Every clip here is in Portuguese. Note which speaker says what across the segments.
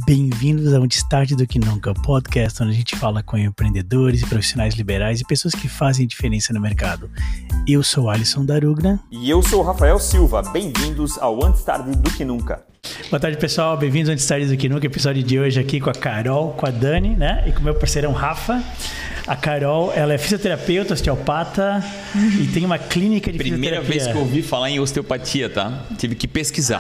Speaker 1: Bem-vindos ao Destaque do Que Nunca, podcast onde a gente fala com empreendedores e profissionais liberais e pessoas que fazem diferença no mercado. Eu sou Alisson Darugna.
Speaker 2: E eu sou o Rafael Silva. Bem-vindos ao Antes Tarde do Que Nunca.
Speaker 1: Boa tarde, pessoal. Bem-vindos ao Antes Tarde do Que Nunca, episódio de hoje aqui com a Carol, com a Dani, né? E com o meu parceirão Rafa. A Carol, ela é fisioterapeuta, osteopata e tem uma clínica de
Speaker 3: Primeira
Speaker 1: fisioterapia.
Speaker 3: vez que eu ouvi falar em osteopatia, tá? Tive que pesquisar.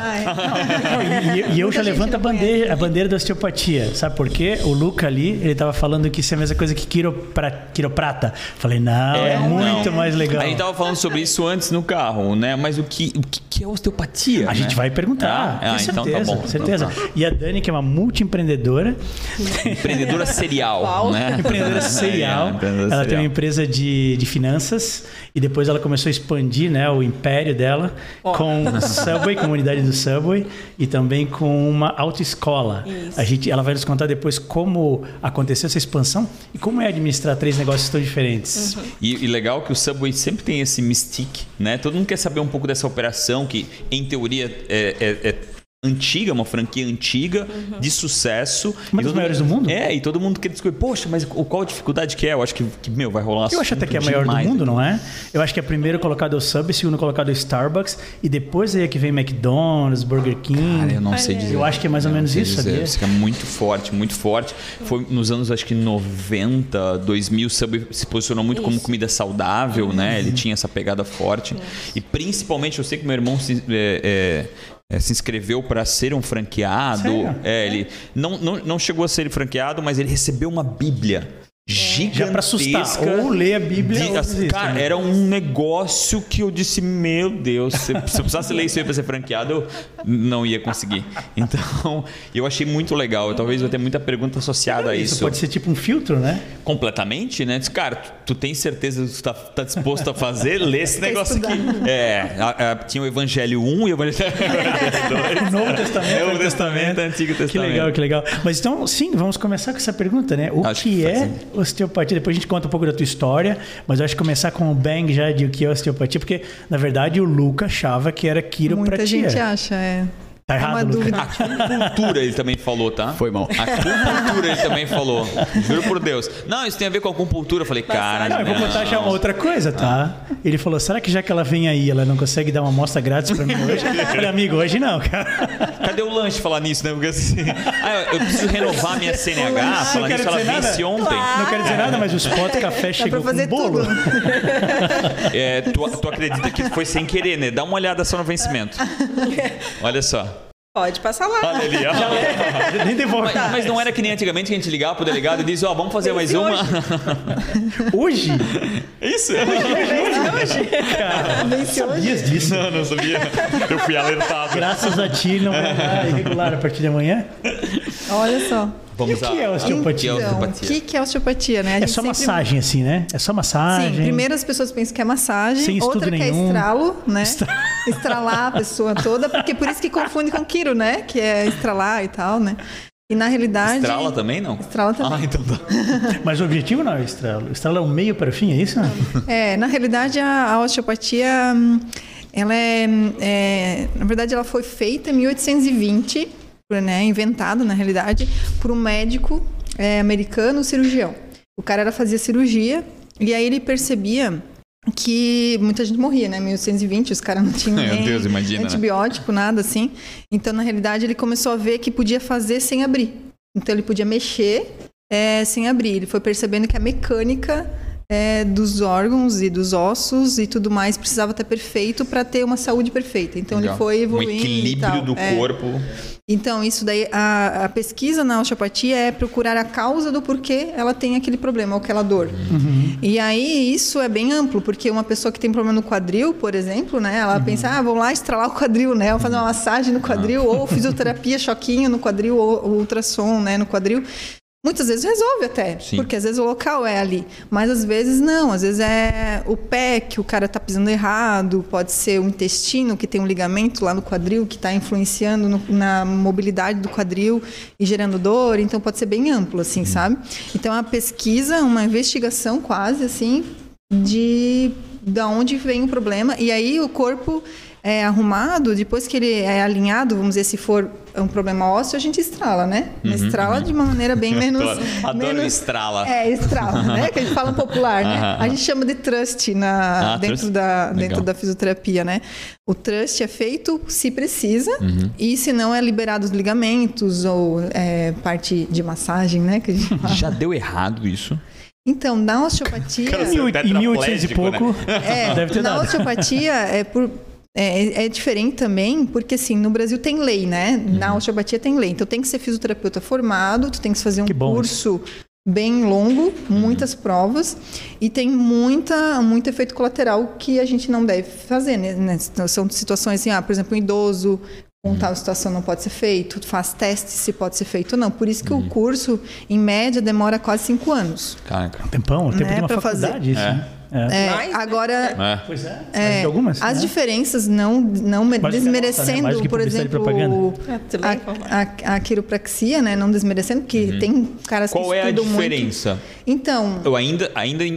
Speaker 1: E eu já levanto a bandeira da osteopatia. Sabe por quê? O Luca ali, ele tava falando que isso é a mesma coisa que quiroprata. Falei, não, é muito mais legal.
Speaker 3: A gente tava falando sobre isso antes no carro, né? Mas o que é osteopatia?
Speaker 1: A gente vai perguntar.
Speaker 3: Então
Speaker 1: certeza,
Speaker 3: tá bom.
Speaker 1: certeza.
Speaker 3: Então tá.
Speaker 1: E a Dani, que é uma multi-empreendedora.
Speaker 3: Empreendedora serial, né?
Speaker 1: Empreendedora serial. Ela tem uma empresa de finanças e depois ela começou a expandir, né, o império dela com o Subway, com a unidade do Subway e também com uma autoescola. Ela vai nos contar depois como aconteceu essa expansão e como é administrar 3 negócios tão diferentes.
Speaker 3: E legal que o Subway sempre tem esse mystique, né? Todo mundo quer saber um pouco dessa operação que, em teoria, é antiga, uma franquia antiga, de sucesso.
Speaker 1: Uma das maiores do mundo?
Speaker 3: E todo mundo quer descobrir, poxa, mas qual a dificuldade que é? Eu acho que vai rolar.
Speaker 1: Eu acho até que é a maior do mundo, não é? Eu acho que é primeiro colocado é o Subway, segundo colocado é o Starbucks e depois aí é que vem McDonald's, Burger King.
Speaker 3: Cara, eu não sei dizer.
Speaker 1: Eu acho que é mais ou menos isso, sabia?
Speaker 3: Isso é muito forte, muito forte. Foi nos anos, acho que 90, 2000, o Subway se posicionou muito como comida saudável, né? Ele tinha essa pegada forte. E principalmente, eu sei que meu irmão se inscreveu para ser um franqueado.
Speaker 1: Sério?
Speaker 3: Ele não chegou a ser franqueado, mas ele recebeu uma Bíblia gigantesca.
Speaker 1: Já para assustar, ou ler a Bíblia ou desistir,
Speaker 3: cara,
Speaker 1: né?
Speaker 3: era um negócio que eu disse, meu Deus, se eu precisasse ler isso aí para ser franqueado, eu não ia conseguir. Então, eu achei muito legal. Talvez eu tenha muita pergunta associada a isso.
Speaker 1: Isso pode ser tipo um filtro, né?
Speaker 3: Completamente, né? Diz, cara, tu tem certeza que tu tá disposto a fazer? Lê esse negócio aqui. Tinha o Evangelho 1 e o Evangelho 2.
Speaker 1: O Novo Testamento.
Speaker 3: Novo Testamento, Antigo Testamento.
Speaker 1: Que legal. Mas então, sim, vamos começar com essa pergunta, né? O que é osteopatia? Depois a gente conta um pouco da tua história, mas eu acho que começar com o bang já de o que é osteopatia, porque, na verdade, o Luca achava que era quiropratia.
Speaker 4: Muita gente acha,
Speaker 1: Tá errado,
Speaker 4: uma dúvida.
Speaker 3: Acupuntura ele também falou, tá?
Speaker 2: Foi mal.
Speaker 3: Acupuntura ele também falou. Juro por Deus. Não, isso tem a ver com acupuntura. Eu falei, cara...
Speaker 1: Não, eu vou botar já uma outra coisa, tá? Ele falou, será que já que ela vem aí, ela não consegue dar uma amostra grátis pra mim hoje? Eu falei, amigo, hoje não, cara.
Speaker 3: Cadê o lanche falar nisso, né? Porque assim... eu preciso renovar minha CNH. Falar nisso, ela vence ontem.
Speaker 4: Claro.
Speaker 1: Não quero dizer nada, mas o Spot Café chegou com um bolo.
Speaker 3: Tu acredita que foi sem querer, né? Dá uma olhada só no vencimento. Olha só.
Speaker 4: Pode passar lá.
Speaker 3: Olha ali, ó.
Speaker 1: Nem devolve.
Speaker 3: Mas não era que nem antigamente que a gente ligava pro delegado e dizia, vamos fazer mais uma.
Speaker 1: Hoje?
Speaker 3: Isso?
Speaker 4: Hoje?
Speaker 1: Cara,
Speaker 4: Vence hoje?
Speaker 1: sabias disso?
Speaker 3: Não sabia. Eu fui alertado.
Speaker 1: Graças a ti, não vai dar irregular a partir de amanhã?
Speaker 4: Olha só.
Speaker 3: Vamos
Speaker 1: E o que é osteopatia?
Speaker 4: Então, o que é osteopatia, né? A
Speaker 1: É
Speaker 4: gente
Speaker 1: só
Speaker 4: sempre...
Speaker 1: massagem assim, né? É só massagem.
Speaker 4: Sim, primeiro as pessoas pensam que é massagem,
Speaker 1: Sem estudo
Speaker 4: outra que
Speaker 1: nenhum.
Speaker 4: é estralo, né? Estralar a pessoa toda, porque por isso que confunde com quiro, né? Que é estralar e tal, né? E na realidade...
Speaker 3: Estrala também, não?
Speaker 4: Estrala também.
Speaker 3: Então tá.
Speaker 1: Mas o objetivo não é o estralo. O estralo é um meio para o fim, é isso?
Speaker 4: Na realidade a osteopatia, ela na verdade ela foi feita em 1820, né? Inventada na realidade por um médico americano, cirurgião. O cara fazia cirurgia e aí ele percebia que muita gente morria, né? Em 1820, os caras não tinham nem antibiótico, nada assim. Então, na realidade, ele começou a ver que podia fazer sem abrir. Então, ele podia mexer sem abrir. Ele foi percebendo que a mecânica dos órgãos e dos ossos e tudo mais precisava estar perfeito para ter uma saúde perfeita. Então, ele foi evoluindo.
Speaker 3: Um equilíbrio do corpo.
Speaker 4: Então, isso daí, a pesquisa na osteopatia é procurar a causa do porquê ela tem aquele problema, ou aquela dor. E aí, isso é bem amplo, porque uma pessoa que tem problema no quadril, por exemplo, né? Ela pensa, vamos lá estralar o quadril, né? Vamos fazer uma massagem no quadril, ou fisioterapia, choquinho no quadril, ou ultrassom, né, no quadril. Muitas vezes resolve até, porque às vezes o local é ali. Mas às vezes não, às vezes é o pé que o cara tá pisando errado, pode ser o intestino que tem um ligamento lá no quadril que está influenciando na mobilidade do quadril e gerando dor, então pode ser bem amplo, assim, sabe? Então a pesquisa, uma investigação quase, assim, de onde vem o problema, e aí o corpo arrumado, depois que ele é alinhado, vamos dizer, se for um problema ósseo, a gente estrala, né? Mas estrala de uma maneira bem menos...
Speaker 3: Adoro estrala.
Speaker 4: Estrala, né? Que a gente fala popular, né? A gente chama de trust dentro da fisioterapia, né? O trust é feito se precisa e se não é liberado os ligamentos ou parte de massagem, né? Que a gente fala.
Speaker 3: Já deu errado isso?
Speaker 4: Então, na osteopatia...
Speaker 1: Em 1800 e pouco, deve ter dado.
Speaker 4: Na osteopatia é diferente também, porque assim, no Brasil tem lei, né? Na osteopatia tem lei. Então tem que ser fisioterapeuta formado, tu tem que fazer um curso bem longo, muitas provas, e tem muito efeito colateral que a gente não deve fazer, né? São situações assim, por exemplo, um idoso com tal situação não pode ser feito, tu faz testes se pode ser feito ou não. Por isso que o curso, em média, demora quase 5 anos.
Speaker 1: Caraca. Tempão, tempo de uma faculdade, isso, né?
Speaker 4: Agora,
Speaker 1: pois é. Algumas,
Speaker 4: as diferenças não desmerecendo, né? Por exemplo, a quiropraxia, né? Não desmerecendo, porque tem caras que estudam muito. Qual é a diferença? Muito. Então,
Speaker 3: eu ainda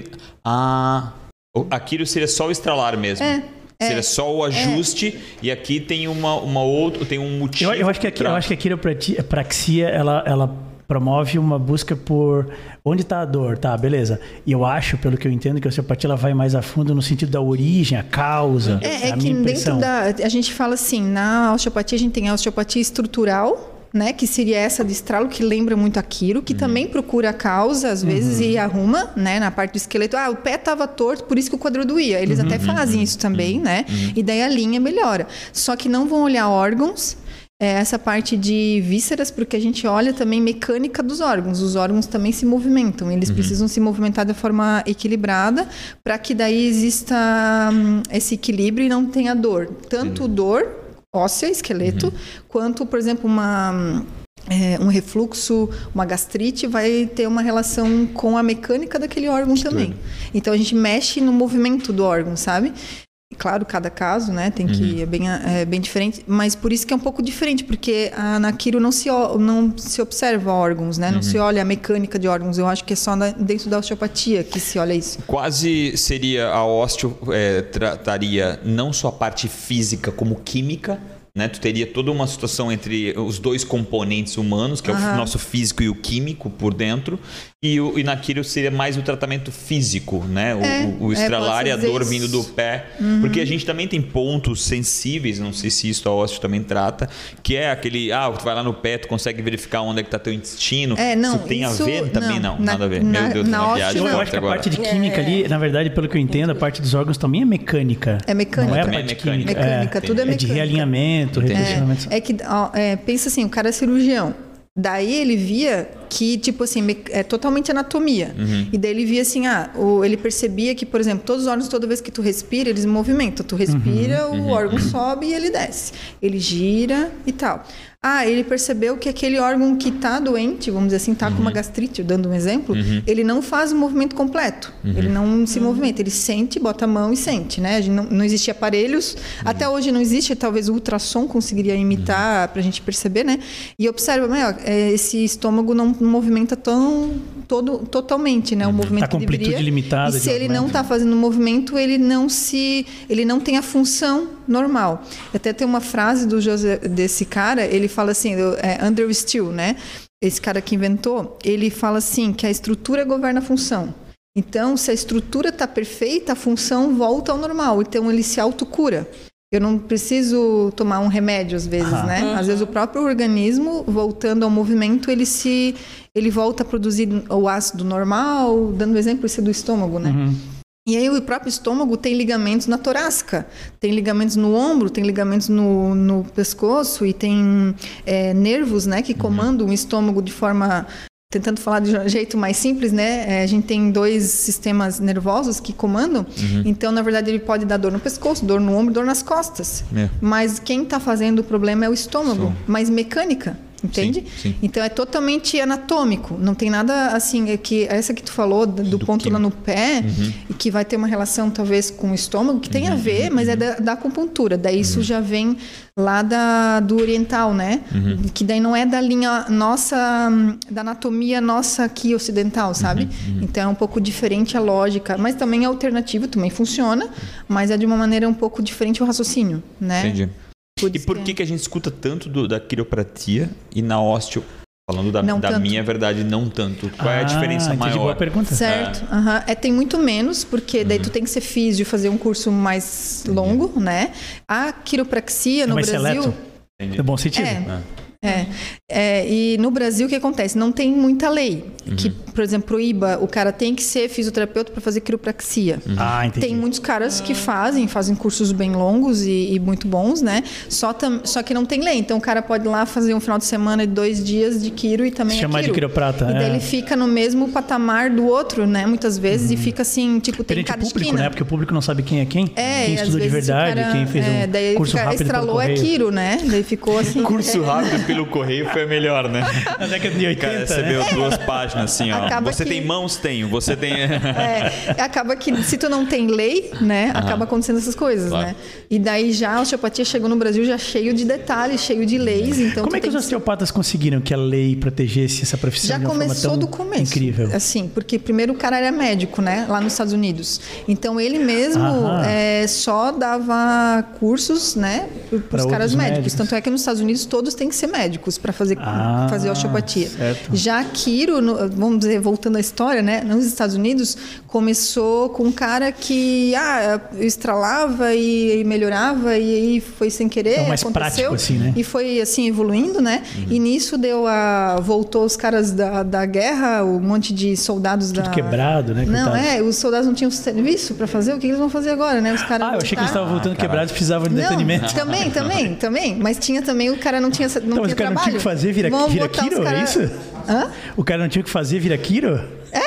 Speaker 3: a quiro seria só o estralar mesmo. Seria só o ajuste e aqui tem uma outra, tem um motivo.
Speaker 1: Eu acho que a quiropraxia ela promove uma busca por onde está a dor, tá, beleza. E eu acho, pelo que eu entendo, que a osteopatia ela vai mais a fundo no sentido da origem, a causa.
Speaker 4: É que dentro a gente fala assim, na osteopatia a gente tem a osteopatia estrutural, né, que seria essa de estralo, que lembra muito a quiro, que também procura a causa, às vezes, e arruma, né, na parte do esqueleto. O pé estava torto, por isso que o quadril doía. Eles até fazem isso também, né? E daí a linha melhora. Só que não vão olhar órgãos, essa parte de vísceras, porque a gente olha também mecânica dos órgãos. Os órgãos também se movimentam. Eles precisam se movimentar de forma equilibrada para que daí exista esse equilíbrio e não tenha dor. Tanto dor óssea, esqueleto, quanto, por exemplo, um refluxo, uma gastrite vai ter uma relação com a mecânica daquele órgão também. Então a gente mexe no movimento do órgão, sabe? Claro, cada caso, né, tem que é bem diferente, mas por isso que é um pouco diferente, porque na quiro não se observa órgãos, né? Não se olha a mecânica de órgãos. Eu acho que é só dentro da osteopatia que se olha isso.
Speaker 3: Quase seria a osteo trataria não só a parte física como química, né? Tu teria toda uma situação entre os dois componentes humanos, que é o nosso físico e o químico por dentro, e na quiro seria mais o tratamento físico, né? O estralar e a dor vindo do pé, porque a gente também tem pontos sensíveis, não sei se isso a osteo também trata, que é aquele, tu vai lá no pé, tu consegue verificar onde é que tá teu intestino. Isso tem a ver? Também não, nada a ver. Meu Deus, uma viagem.
Speaker 1: Eu acho que a parte de química ali, na verdade, pelo que eu entendo, a parte dos órgãos também é mecânica.
Speaker 4: É mecânica.
Speaker 1: Não é a parte química.
Speaker 4: Mecânica, tudo é mecânica.
Speaker 1: É de realinhamento, redirecionamento.
Speaker 4: Pensa assim, o cara é cirurgião. Daí ele via que, tipo assim, é totalmente anatomia. E daí ele via assim, ele percebia que, por exemplo, todos os órgãos, toda vez que tu respira, eles movimentam. Tu respira, o órgão sobe e ele desce. Ele gira e tal. Ele percebeu que aquele órgão que está doente, vamos dizer assim, está com uma gastrite, dando um exemplo, ele não faz o movimento completo. Ele não se movimenta, ele sente, bota a mão e sente, né? Não existia aparelhos, até hoje não existe, talvez o ultrassom conseguiria imitar para a gente perceber, né? E observa, esse estômago não movimenta totalmente, né? O movimento
Speaker 1: que deveria. Limitada
Speaker 4: e se ele não está fazendo o movimento, ele não tem a função normal. Até tem uma frase desse cara, ele fala assim, Andrew Steele, né? Esse cara que inventou, ele fala assim, que a estrutura governa a função. Então, se a estrutura está perfeita, a função volta ao normal. Então, ele se autocura. Eu não preciso tomar um remédio às vezes, né? Às vezes o próprio organismo, voltando ao movimento, ele volta a produzir o ácido normal, dando exemplo esse do estômago, né? E aí o próprio estômago tem ligamentos na torácica, tem ligamentos no ombro, tem ligamentos no pescoço e tem nervos, né, que comandam o estômago de forma... Tentando falar de um jeito mais simples, né? A gente tem 2 sistemas nervosos que comandam. Então, na verdade, ele pode dar dor no pescoço, dor no ombro, dor nas costas. Mas quem está fazendo o problema é o estômago, mas mecânica. Entende? Sim. Então é totalmente anatômico, não tem nada assim, essa que tu falou do ponto lá no pé, e que vai ter uma relação talvez com o estômago, que tem a ver, mas é da acupuntura, daí isso já vem lá do oriental, né? Que daí não é da linha nossa, da anatomia nossa aqui ocidental, sabe? Então é um pouco diferente a lógica, mas também é alternativo, também funciona, mas é de uma maneira um pouco diferente o raciocínio, né?
Speaker 3: Entendi. E por que a gente escuta tanto da quiropratia e na osteo? Falando da minha verdade, não tanto. Qual é a diferença maior?
Speaker 1: Boa pergunta.
Speaker 4: Certo. Tem muito menos, porque daí tu tem que ser físio e fazer um curso mais longo, né? A quiropraxia no Brasil...
Speaker 1: Seleto. É bom sentido.
Speaker 4: E no Brasil o que acontece? Não tem muita lei que, por exemplo, proíba o cara tem que ser fisioterapeuta para fazer quiropraxia.
Speaker 1: Entendi.
Speaker 4: Tem muitos caras que fazem cursos bem longos e muito bons, né? Só que não tem lei. Então o cara pode ir lá fazer um final de semana de 2 dias de quiro e também
Speaker 1: chamar de quiroprata.
Speaker 4: E daí ele fica no mesmo patamar do outro, né? Muitas vezes e fica assim, tipo, tem cada
Speaker 1: público,
Speaker 4: esquina.
Speaker 1: né? Porque o público não sabe quem é quem. Quem estuda de verdade, quem fez um curso rápido
Speaker 4: estralou
Speaker 1: pelo correio.
Speaker 4: quiro, né? Daí ficou assim.
Speaker 3: Curso rápido pelo correio foi melhor, né?
Speaker 1: Na década de 80,
Speaker 3: cara, recebeu 2 páginas assim, ó.
Speaker 4: Acaba
Speaker 3: você tem mãos? Tenho. Você tem...
Speaker 4: acaba que se tu não tem lei, né? Acaba acontecendo essas coisas, né? E daí já a osteopatia chegou no Brasil já cheio de detalhes, cheio de leis. Então
Speaker 1: como é que os osteopatas conseguiram que a lei protegesse essa profissão?
Speaker 4: Já começou do começo.
Speaker 1: Incrível.
Speaker 4: Assim, porque primeiro o cara era médico, né? Lá nos Estados Unidos. Então ele mesmo só dava cursos, né? Para os caras médicos. Tanto é que nos Estados Unidos todos têm que ser médicos para fazer osteopatia.
Speaker 1: Certo.
Speaker 4: Já Quiro, vamos dizer, voltando à história, né? Nos Estados Unidos começou com um cara que estralava e melhorava e aí foi sem querer,
Speaker 1: mais
Speaker 4: aconteceu
Speaker 1: prático, assim, né?
Speaker 4: E foi assim evoluindo, né? E nisso voltou os caras da guerra, um monte de soldados
Speaker 1: tudo quebrado, né?
Speaker 4: Não, os soldados não tinham serviço para fazer, o que eles vão fazer agora, né? Os caras
Speaker 1: eu achei que eles estavam voltando quebrados e precisavam de detenimento.
Speaker 4: Também, mas tinha também, o cara não tinha trabalho.
Speaker 1: Mas o cara não tinha que fazer vira quiro, é isso? O cara não tinha que fazer vira quiro?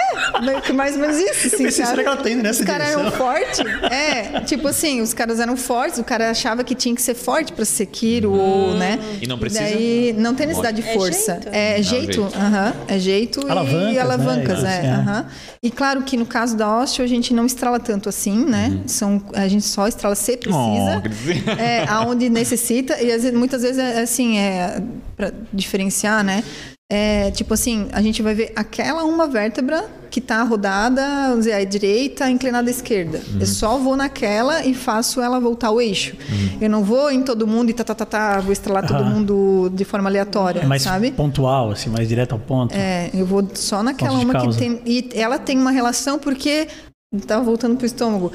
Speaker 4: Mais ou menos isso.
Speaker 1: Eu pensei, será que ela tá indo nessa direção?
Speaker 4: Os caras eram fortes. Tipo assim, os caras eram fortes, o cara achava que tinha que ser forte para ser quiro, né?
Speaker 3: E não precisa?
Speaker 4: E daí não tem necessidade de força. É jeito. É jeito e alavancas.
Speaker 1: Né?
Speaker 4: E claro que no caso da osteo, a gente não estrala tanto assim, né? A gente só estrala se precisa. Aonde necessita. E muitas vezes para diferenciar, né? Tipo assim, a gente vai ver aquela uma vértebra que está rodada, vamos dizer, à direita, inclinada à esquerda. Eu só vou naquela e faço ela voltar ao eixo. Eu não vou em todo mundo e vou estralar todo mundo de forma aleatória,
Speaker 1: mais
Speaker 4: sabe?
Speaker 1: Pontual, assim, mais direto ao ponto.
Speaker 4: Eu vou só naquela uma que tem... E ela tem uma relação porque... Estava voltando para o estômago.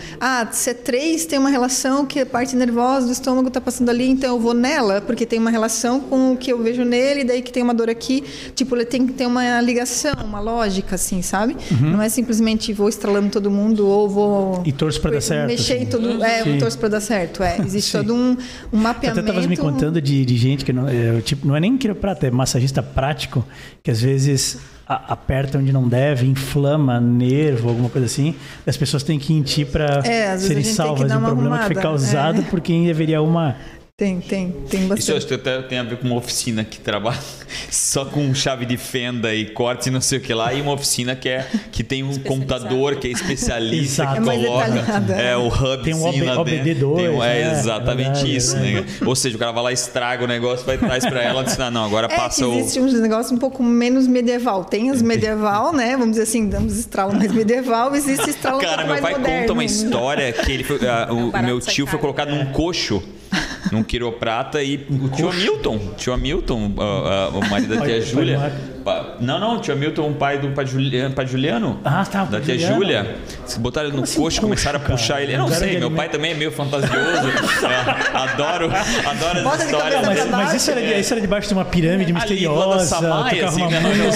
Speaker 4: C3 tem uma relação que a parte nervosa do estômago está passando ali, então eu vou nela, porque tem uma relação com o que eu vejo nele, daí que tem uma dor aqui. Tipo, ele tem que ter uma ligação, uma lógica, assim, sabe? Não é simplesmente vou estralando todo mundo ou vou...
Speaker 1: E torço para dar certo.
Speaker 4: Mexer em tudo. Eu torço para dar certo. Existe todo um mapeamento.
Speaker 1: Você estava me contando de gente que não é nem quiroprata, é massagista prático, que às vezes... aperta onde não deve, inflama nervo, alguma coisa assim. As pessoas têm que ir em ti para serem salvas de um problema que foi causado por quem deveria uma...
Speaker 4: Tem bastante.
Speaker 3: Isso acho que até tem a ver com uma oficina que trabalha só com chave de fenda e corte e não sei o que lá, e uma oficina que tem um computador que é especialista, que coloca o hub
Speaker 1: tem um OBD2.
Speaker 3: Exatamente isso, né? Ou seja, o cara vai lá, estraga o negócio, vai traz para ela e diz, não, agora passa
Speaker 4: existe um negócio um pouco menos medieval. Tem as medieval, né? Vamos dizer assim, damos estralo mais medieval, existe estralo mais moderno.
Speaker 3: Cara, meu pai conta uma história que ele foi, o meu tio foi colocado num coxo, num quiroprata, e o tio Hamilton, o marido da tia Júlia. Não, tio Hamilton, pai do pai Juliano. Da tia Júlia. Botaram ele no coxo, começaram a puxar ele. Eu não sei, meu pai também é meio fantasioso. Adoro as histórias.
Speaker 1: Mas isso era debaixo de uma pirâmide misteriosa.
Speaker 3: Samaia, assim,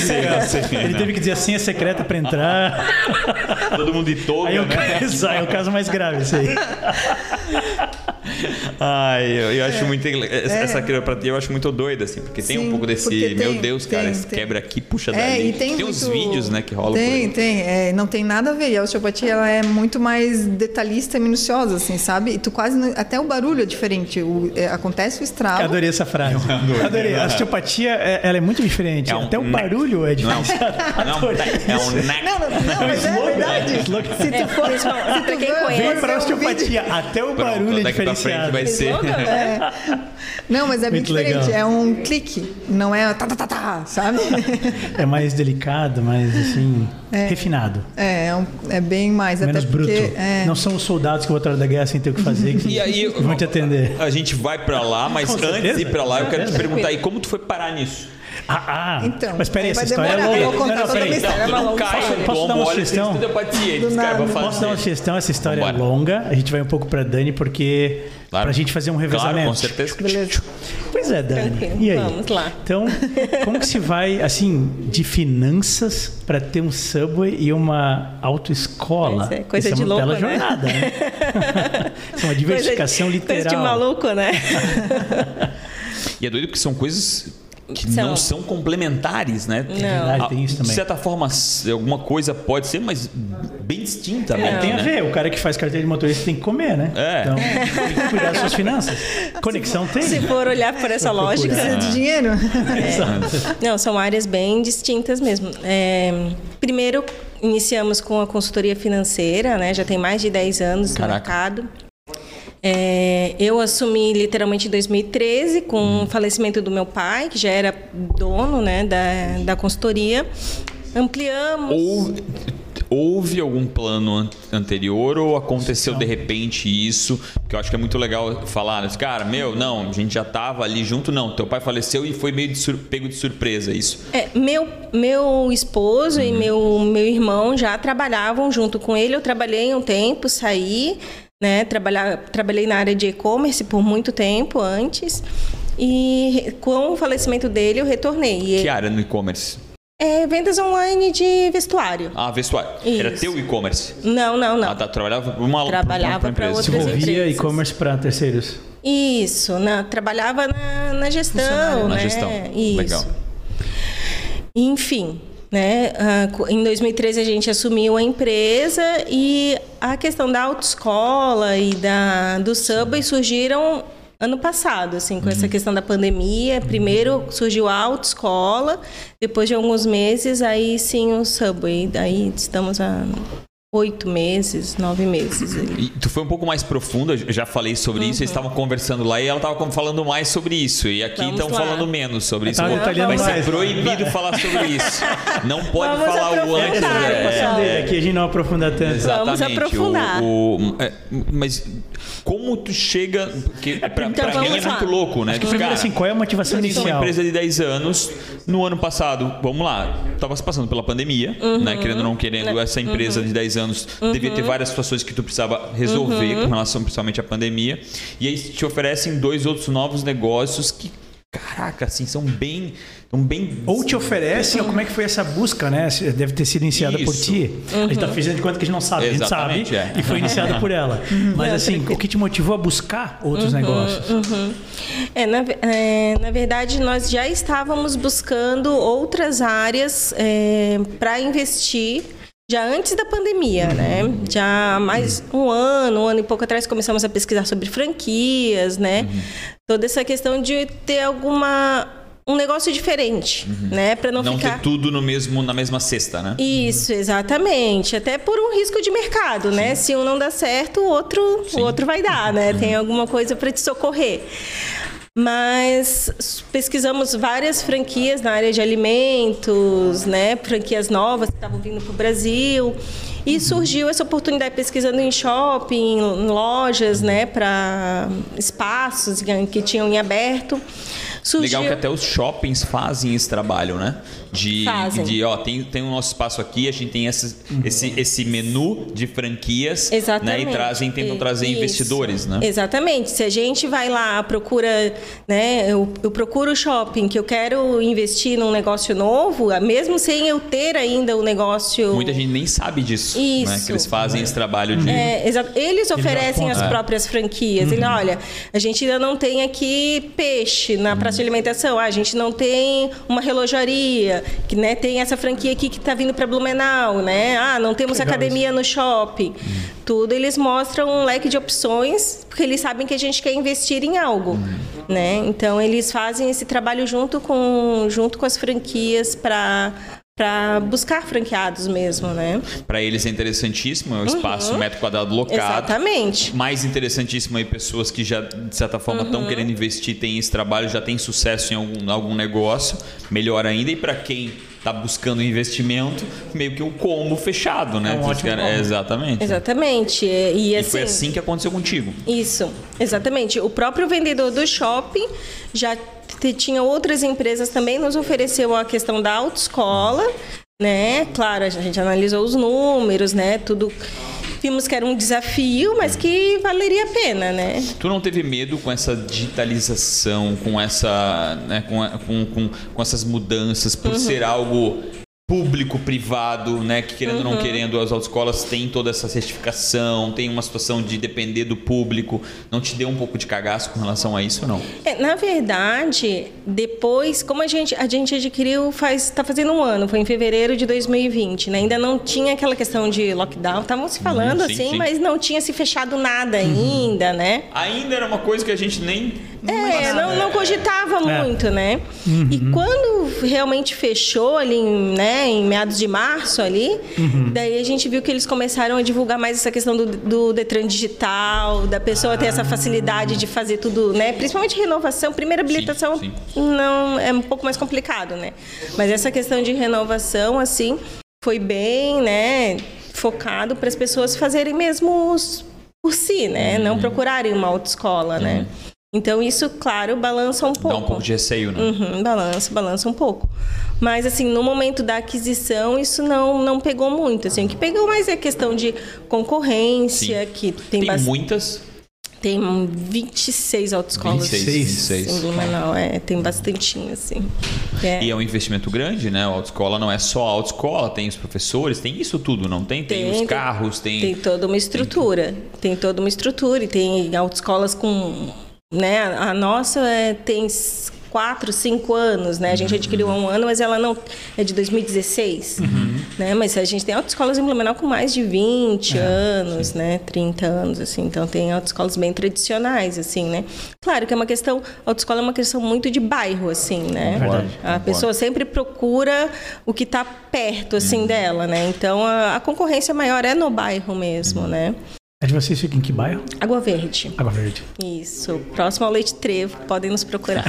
Speaker 1: ele teve que dizer assim, é secreta para entrar.
Speaker 3: Todo mundo de toga, né?
Speaker 1: É o caso mais grave, isso aí.
Speaker 3: Eu acho muito... Essa quiropratia eu acho muito doida, assim, porque tem um pouco desse... Meu Deus, cara, quebra aqui, puxa dali. Tem uns vídeos, né, que rolam por aí.
Speaker 4: Tem. Não tem nada a ver. E a osteopatia, ela é muito mais detalhista e minuciosa, assim, sabe? E tu até o barulho é diferente. Acontece o estralo.
Speaker 1: Adorei essa frase. Adorei. A osteopatia, ela é muito diferente. Até o barulho é diferente.
Speaker 4: Não, mas é verdade. Se tu for...
Speaker 1: Vem pra osteopatia. Até o barulho é diferenciado.
Speaker 3: frente vai ser.
Speaker 4: Não, mas é bem
Speaker 1: Muito
Speaker 4: diferente.
Speaker 1: legal.
Speaker 4: É um clique, não é sabe?
Speaker 1: É mais delicado, mais assim, refinado.
Speaker 4: É bem mais.
Speaker 1: Menos
Speaker 4: até
Speaker 1: bruto.
Speaker 4: porque,
Speaker 1: Não são os soldados que voltaram da guerra sem ter o que fazer que
Speaker 3: E aí,
Speaker 1: vão te atender.
Speaker 3: a gente vai pra lá, mas
Speaker 1: Com
Speaker 3: antes
Speaker 1: certeza,
Speaker 3: de ir pra lá, eu quero te
Speaker 1: com
Speaker 3: perguntar aí, como tu foi parar nisso?
Speaker 4: Então,
Speaker 1: mas peraí,
Speaker 4: aí
Speaker 1: essa
Speaker 4: vai
Speaker 1: história é
Speaker 4: demorar,
Speaker 1: longa.
Speaker 4: eu vou contar toda a minha história.
Speaker 3: Tu não cai no
Speaker 1: Posso dar
Speaker 3: tombo,
Speaker 1: uma
Speaker 3: olha,
Speaker 1: sugestão?
Speaker 3: tudo é paciente, os caras vão fazer.
Speaker 1: Posso dar uma sugestão? Essa história
Speaker 3: Vambora.
Speaker 1: é longa. A gente vai um pouco pra Dani, porque pra gente fazer um revezamento.
Speaker 3: Claro, com certeza.
Speaker 4: Beleza.
Speaker 1: Pois é, Dani.
Speaker 5: Tranquilo.
Speaker 1: E aí?
Speaker 5: Vamos lá.
Speaker 1: Então, como que se vai, assim, de finanças para ter um Subway e uma autoescola?
Speaker 5: Pois é, coisa
Speaker 1: Isso
Speaker 5: de
Speaker 1: é uma
Speaker 5: louco,
Speaker 1: bela
Speaker 5: né?
Speaker 1: jornada, né? Isso é uma diversificação literal.
Speaker 5: Coisa de maluco, né?
Speaker 3: E é doido porque são coisas que
Speaker 5: São.
Speaker 3: não são complementares, né?
Speaker 5: Não.
Speaker 1: verdade, tem isso também.
Speaker 3: De certa forma, alguma coisa pode ser, mas bem distinta.
Speaker 1: É, tem a
Speaker 3: né?
Speaker 1: ver. O cara que faz carteira de motorista tem que comer, né? Então, tem que cuidar das suas finanças. Conexão tem.
Speaker 5: Se for olhar por essa lógica.
Speaker 4: Precisa de dinheiro?
Speaker 5: Não, são áreas bem distintas mesmo. Primeiro, iniciamos com a consultoria financeira, né? Já tem mais de 10 anos no mercado. Eu assumi literalmente em 2013 com o falecimento do meu pai, que já era dono, né, da consultoria. Ampliamos.
Speaker 3: Houve algum plano anterior ou aconteceu de repente isso? Que eu acho que é muito legal falar, né? Cara, não, a gente já estava ali junto, não. Teu pai faleceu e foi meio pego de surpresa isso.
Speaker 5: Meu esposo e meu irmão já trabalhavam junto com ele. Eu trabalhei um tempo, saí, né? Trabalhei na área de e-commerce por muito tempo antes. E com o falecimento dele, eu retornei.
Speaker 3: Que área no e-commerce?
Speaker 5: Vendas online de vestuário.
Speaker 3: Ah, vestuário.
Speaker 5: Isso.
Speaker 3: Era teu e-commerce?
Speaker 5: Não.
Speaker 3: Trabalhava para
Speaker 5: Para
Speaker 3: empresa.
Speaker 5: outras
Speaker 1: Desenvolvia
Speaker 5: empresas.
Speaker 1: e-commerce para terceiros.
Speaker 5: Isso, trabalhava na gestão,
Speaker 3: Na
Speaker 5: né?
Speaker 3: gestão.
Speaker 5: Isso.
Speaker 3: Legal.
Speaker 5: Enfim, né? Em 2013 a gente assumiu a empresa e a questão da autoescola e do Subway surgiram ano passado, assim, com essa questão da pandemia. Primeiro surgiu a autoescola, depois de alguns meses, aí sim o Subway. Daí estamos há 8 meses, 9 meses.
Speaker 3: E tu foi um pouco mais profunda, eu já falei sobre isso, eles estavam conversando lá e ela estava falando mais sobre isso. E aqui
Speaker 5: Vamos
Speaker 3: estão
Speaker 5: lá.
Speaker 3: falando menos sobre isso.
Speaker 1: Tá detalhando
Speaker 3: Vai ser
Speaker 1: mais.
Speaker 3: proibido falar sobre isso. Não pode
Speaker 5: Vamos
Speaker 3: falar o antes.
Speaker 5: aprofundar.
Speaker 1: Aqui a gente não aprofunda tanto.
Speaker 3: Exatamente.
Speaker 5: Vamos aprofundar.
Speaker 3: Mas como tu chega... Porque pra
Speaker 5: Então,
Speaker 3: mim
Speaker 5: vamos
Speaker 3: é
Speaker 5: lá.
Speaker 3: muito louco, né?
Speaker 1: Primeiro, assim, qual é a motivação
Speaker 3: eu tenho uma
Speaker 1: inicial?
Speaker 3: empresa de 10 anos. No ano passado, vamos lá, estava se passando pela pandemia, né? Querendo ou não querendo, essa empresa de 10 anos devia ter várias situações que tu precisava resolver com relação principalmente à pandemia. E aí te oferecem 2 outros novos negócios que, caraca, assim, são bem...
Speaker 1: Ou te oferecem, ou como é que foi essa busca, né? Deve ter sido iniciada por
Speaker 3: Isso.
Speaker 1: ti. A gente tá fazendo de conta que a gente não sabe.
Speaker 3: Exatamente,
Speaker 1: a gente sabe e foi iniciada por ela. Mas assim, o que te motivou a buscar outros negócios?
Speaker 5: Na verdade, nós já estávamos buscando outras áreas para investir já antes da pandemia, né? Já há mais um ano e pouco atrás começamos a pesquisar sobre franquias, né? Toda essa questão de ter um negócio diferente, né? Para não ficar...
Speaker 3: ter tudo na mesma cesta, né?
Speaker 5: Isso, exatamente. Até por um risco de mercado, né? Se um não dá certo, o outro vai dar, né? Tem alguma coisa para te socorrer. Mas pesquisamos várias franquias na área de alimentos, né? Franquias novas que estavam vindo para o Brasil. E surgiu essa oportunidade pesquisando em shopping, em lojas, né? Para espaços que tinham em aberto.
Speaker 3: Legal que até os shoppings fazem esse trabalho, né?
Speaker 5: Fazem.
Speaker 3: Tem o nosso espaço aqui, a gente tem esse menu de franquias, né? E tentam trazer investidores, né?
Speaker 5: Exatamente. Se a gente vai lá, procura, né? Eu procuro o shopping que eu quero investir num negócio novo, mesmo sem eu ter ainda o negócio...
Speaker 3: Muita gente nem sabe disso,
Speaker 5: Isso.
Speaker 3: né? Que eles fazem esse trabalho de...
Speaker 5: Eles oferecem as próprias franquias. Ele, olha, a gente ainda não tem aqui peixe na praça de alimentação. A gente não tem uma relojaria, que, né, tem essa franquia aqui que está vindo para Blumenau, né? Não temos academia no shopping. Tudo eles mostram um leque de opções, porque eles sabem que a gente quer investir em algo, né? Então, eles fazem esse trabalho junto com as franquias para para buscar franqueados mesmo, né?
Speaker 3: Para eles é interessantíssimo, é o espaço metro quadrado locado.
Speaker 5: Exatamente.
Speaker 3: Mais interessantíssimo aí pessoas que já, de certa forma, estão querendo investir, têm esse trabalho, já têm sucesso em algum negócio, melhor ainda. E para quem está buscando investimento, meio que o combo fechado, né? Exatamente.
Speaker 5: Exatamente. E
Speaker 3: foi assim que aconteceu contigo.
Speaker 5: Isso, exatamente. O próprio vendedor do shopping já tinha outras empresas também, nos ofereceu a questão da autoescola, né? Claro, a gente analisou os números, né? Tudo. Vimos que era um desafio, mas que valeria a pena, né?
Speaker 3: Tu não teve medo com essa digitalização, com essa, né, com essas mudanças, por ser algo público-privado, né, que querendo ou não querendo, as autoescolas têm toda essa certificação, tem uma situação de depender do público. Não te deu um pouco de cagaço com relação a isso ou não?
Speaker 5: Na verdade, depois, como a gente adquiriu, está fazendo um ano, foi em fevereiro de 2020, né? Ainda não tinha aquela questão de lockdown, estavam se falando sim, mas não tinha se fechado nada ainda, né?
Speaker 3: Ainda era uma coisa que a gente nem...
Speaker 5: não cogitava muito, né? E quando realmente fechou ali, né, em meados de março ali, daí a gente viu que eles começaram a divulgar mais essa questão do Detran digital, da pessoa ter essa facilidade de fazer tudo, né? Principalmente renovação, primeira habilitação não é um pouco mais complicado, né? Mas essa questão de renovação, assim, foi bem, né, focado para as pessoas fazerem mesmo por si, né? Não procurarem uma autoescola, né? Então, isso, claro, balança um pouco.
Speaker 3: Dá um pouco de receio, né?
Speaker 5: Balança um pouco. Mas, assim, no momento da aquisição, isso não pegou muito. Assim, o que pegou mais é a questão de concorrência, que tem
Speaker 3: muitas?
Speaker 5: Tem 26 autoescolas.
Speaker 3: 26.
Speaker 5: Em Blumenau, tem bastantinho, assim.
Speaker 3: E é um investimento grande, né? A autoescola não é só a autoescola, tem os professores, tem isso tudo, não tem? Tem os carros, tem...
Speaker 5: Tem toda uma estrutura. Tem toda uma estrutura. E tem autoescolas com... né? A nossa tem 4, 5 anos, né? A gente adquiriu há um ano, mas ela não é de 2016, né? Mas a gente tem autoescolas em Blumenau com mais de 20 anos, né? 30 anos, assim. Então, tem autoescolas bem tradicionais, assim, né? Claro que é uma questão... Autoescola é uma questão muito de bairro, assim, né? A pessoa sempre procura o que está perto, assim, dela, né? Então, a concorrência maior é no bairro mesmo, né?
Speaker 1: A de vocês fica em que bairro?
Speaker 5: Água Verde.
Speaker 1: Água Verde.
Speaker 5: Isso. Próximo ao Leite Trevo, podem nos procurar.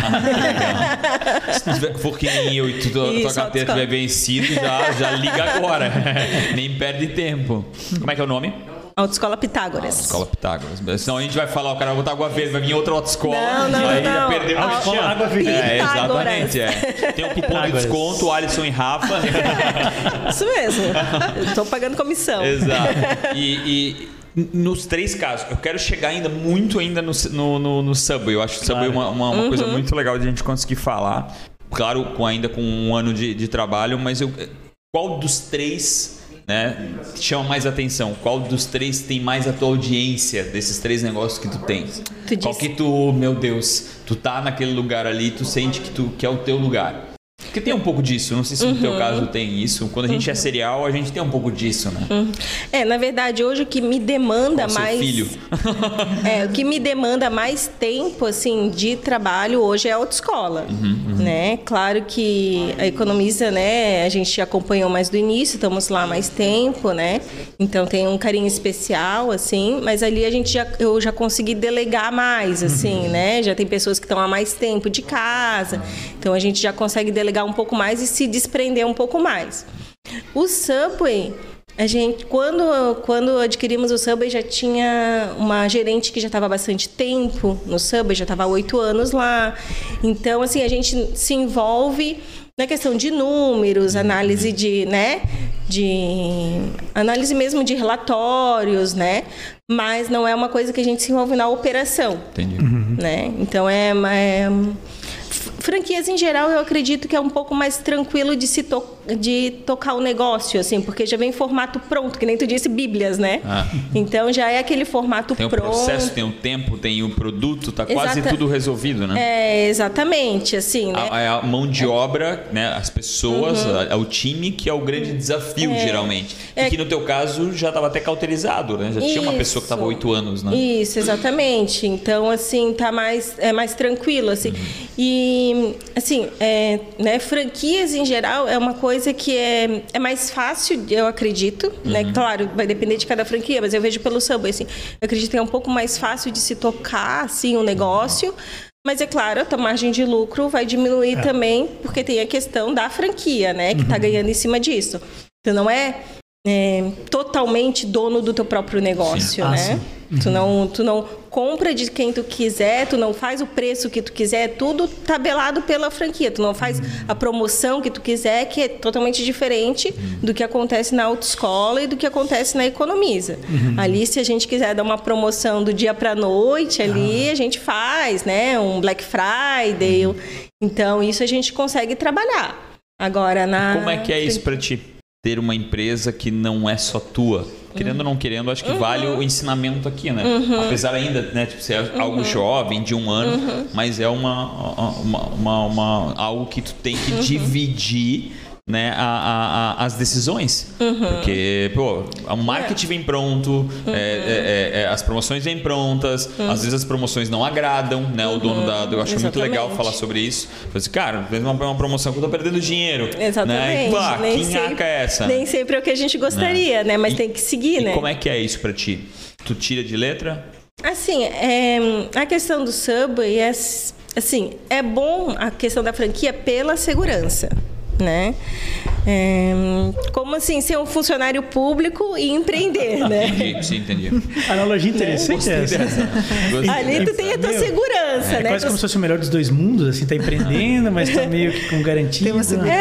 Speaker 3: Se for que nem eu e tua carteira estiver vencido, já liga agora. Nem perde tempo. Como é que é o nome?
Speaker 5: Autoescola Pitágoras.
Speaker 3: Autoescola Pitágoras. Senão a gente vai falar, o cara vai botar Água Verde, vai vir outra autoescola.
Speaker 5: Não.
Speaker 3: Aí já perdeu a
Speaker 1: Autoescola Água Verde.
Speaker 3: Exatamente. Tem um cupom de desconto, Alisson e Rafa.
Speaker 5: Isso mesmo. Eu tô pagando comissão.
Speaker 3: Exato. E nos 3 casos, eu quero chegar ainda muito no Subway. Eu acho que o Subway é uma coisa muito legal de a gente conseguir falar. Claro, ainda com um ano de trabalho, mas qual dos 3, né, chama mais atenção? Qual dos 3 tem mais a tua audiência desses 3 negócios que tu tens? Qual que meu Deus, tu tá naquele lugar ali, tu sente que é o teu lugar? Porque tem um pouco disso, não sei se no teu caso tem isso. Quando a gente é serial, a gente tem um pouco disso, né?
Speaker 5: Na verdade, hoje o que me demanda mais...
Speaker 3: Seu filho.
Speaker 5: O que me demanda mais tempo, assim, de trabalho hoje é a autoescola, né? Claro que a Economiza, né, a gente acompanhou mais do início, estamos lá há mais tempo, né? Então tem um carinho especial, assim, mas ali eu já consegui delegar mais, assim, né? Já tem pessoas que estão há mais tempo de casa, então a gente já consegue delegar um pouco mais e se desprender um pouco mais. O Subway, a gente, quando adquirimos o Subway, já tinha uma gerente que já estava há bastante tempo no Subway, já estava há 8 anos lá. Então, assim, a gente se envolve na questão de números, análise análise mesmo de relatórios, né? Mas não é uma coisa que a gente se envolve na operação.
Speaker 3: Entendi.
Speaker 5: Né? Então, franquias em geral, eu acredito que é um pouco mais tranquilo de tocar o negócio, assim, porque já vem em formato pronto, que nem tu disse, bíblias, né? Então já é aquele formato pronto.
Speaker 3: Tem o processo, tem o tempo, tem o produto, tá quase tudo resolvido, né?
Speaker 5: Exatamente, assim, né?
Speaker 3: A mão de obra, né? As pessoas, o time, que é o grande desafio, geralmente. E que no teu caso já estava até cauterizado, né? Já tinha uma pessoa que estava há 8 anos, né?
Speaker 5: Isso, exatamente. Então, assim, é mais tranquilo, assim. E E, assim, né, franquias em geral é uma coisa que é mais fácil, eu acredito, né? Claro, vai depender de cada franquia, mas eu vejo pelo Subway, assim, eu acredito que é um pouco mais fácil de se tocar, assim, um negócio. Mas é claro, a tua margem de lucro vai diminuir também, porque tem a questão da franquia, né? Que está ganhando em cima disso. Então, não é totalmente dono do teu próprio negócio, né? Tu não compra de quem tu quiser, tu não faz o preço que tu quiser, é tudo tabelado pela franquia. Tu não faz a promoção que tu quiser, que é totalmente diferente do que acontece na autoescola e do que acontece na Economiza. Ali, se a gente quiser dar uma promoção do dia para noite, ali a gente faz, né? Um Black Friday. Então, isso a gente consegue trabalhar. Agora,
Speaker 3: Como é que é isso para ti? Ter uma empresa que não é só tua. Querendo ou não querendo, acho que vale o ensinamento aqui, né? Apesar ainda, né, tipo, ser algo jovem, de 1 ano, mas é algo que tu tem que dividir, né, as decisões. Porque, pô, o marketing vem pronto, as promoções vêm prontas, às vezes as promoções não agradam, né? O dono eu acho muito legal falar sobre isso. Falei assim, cara, fez uma promoção que eu tô perdendo dinheiro.
Speaker 5: Exatamente.
Speaker 3: Né? Que nhaca é essa?
Speaker 5: Nem sempre é o que a gente gostaria, né? Mas tem que seguir, né?
Speaker 3: Como é que é isso pra ti? Tu tira de letra?
Speaker 5: Assim, a questão do Subway assim, é bom a questão da franquia pela segurança, né? Como assim ser um funcionário público e empreender, né?
Speaker 3: Entendi.
Speaker 1: A analogia interessante é essa.
Speaker 5: Ali tu tem a tua segurança, né?
Speaker 1: Quase como se fosse o melhor dos dois mundos, assim, tá empreendendo, mas tá meio que com garantia.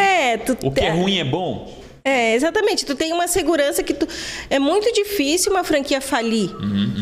Speaker 3: O que é ruim é bom.
Speaker 5: Exatamente. Tu tem uma segurança que é muito difícil uma franquia falir,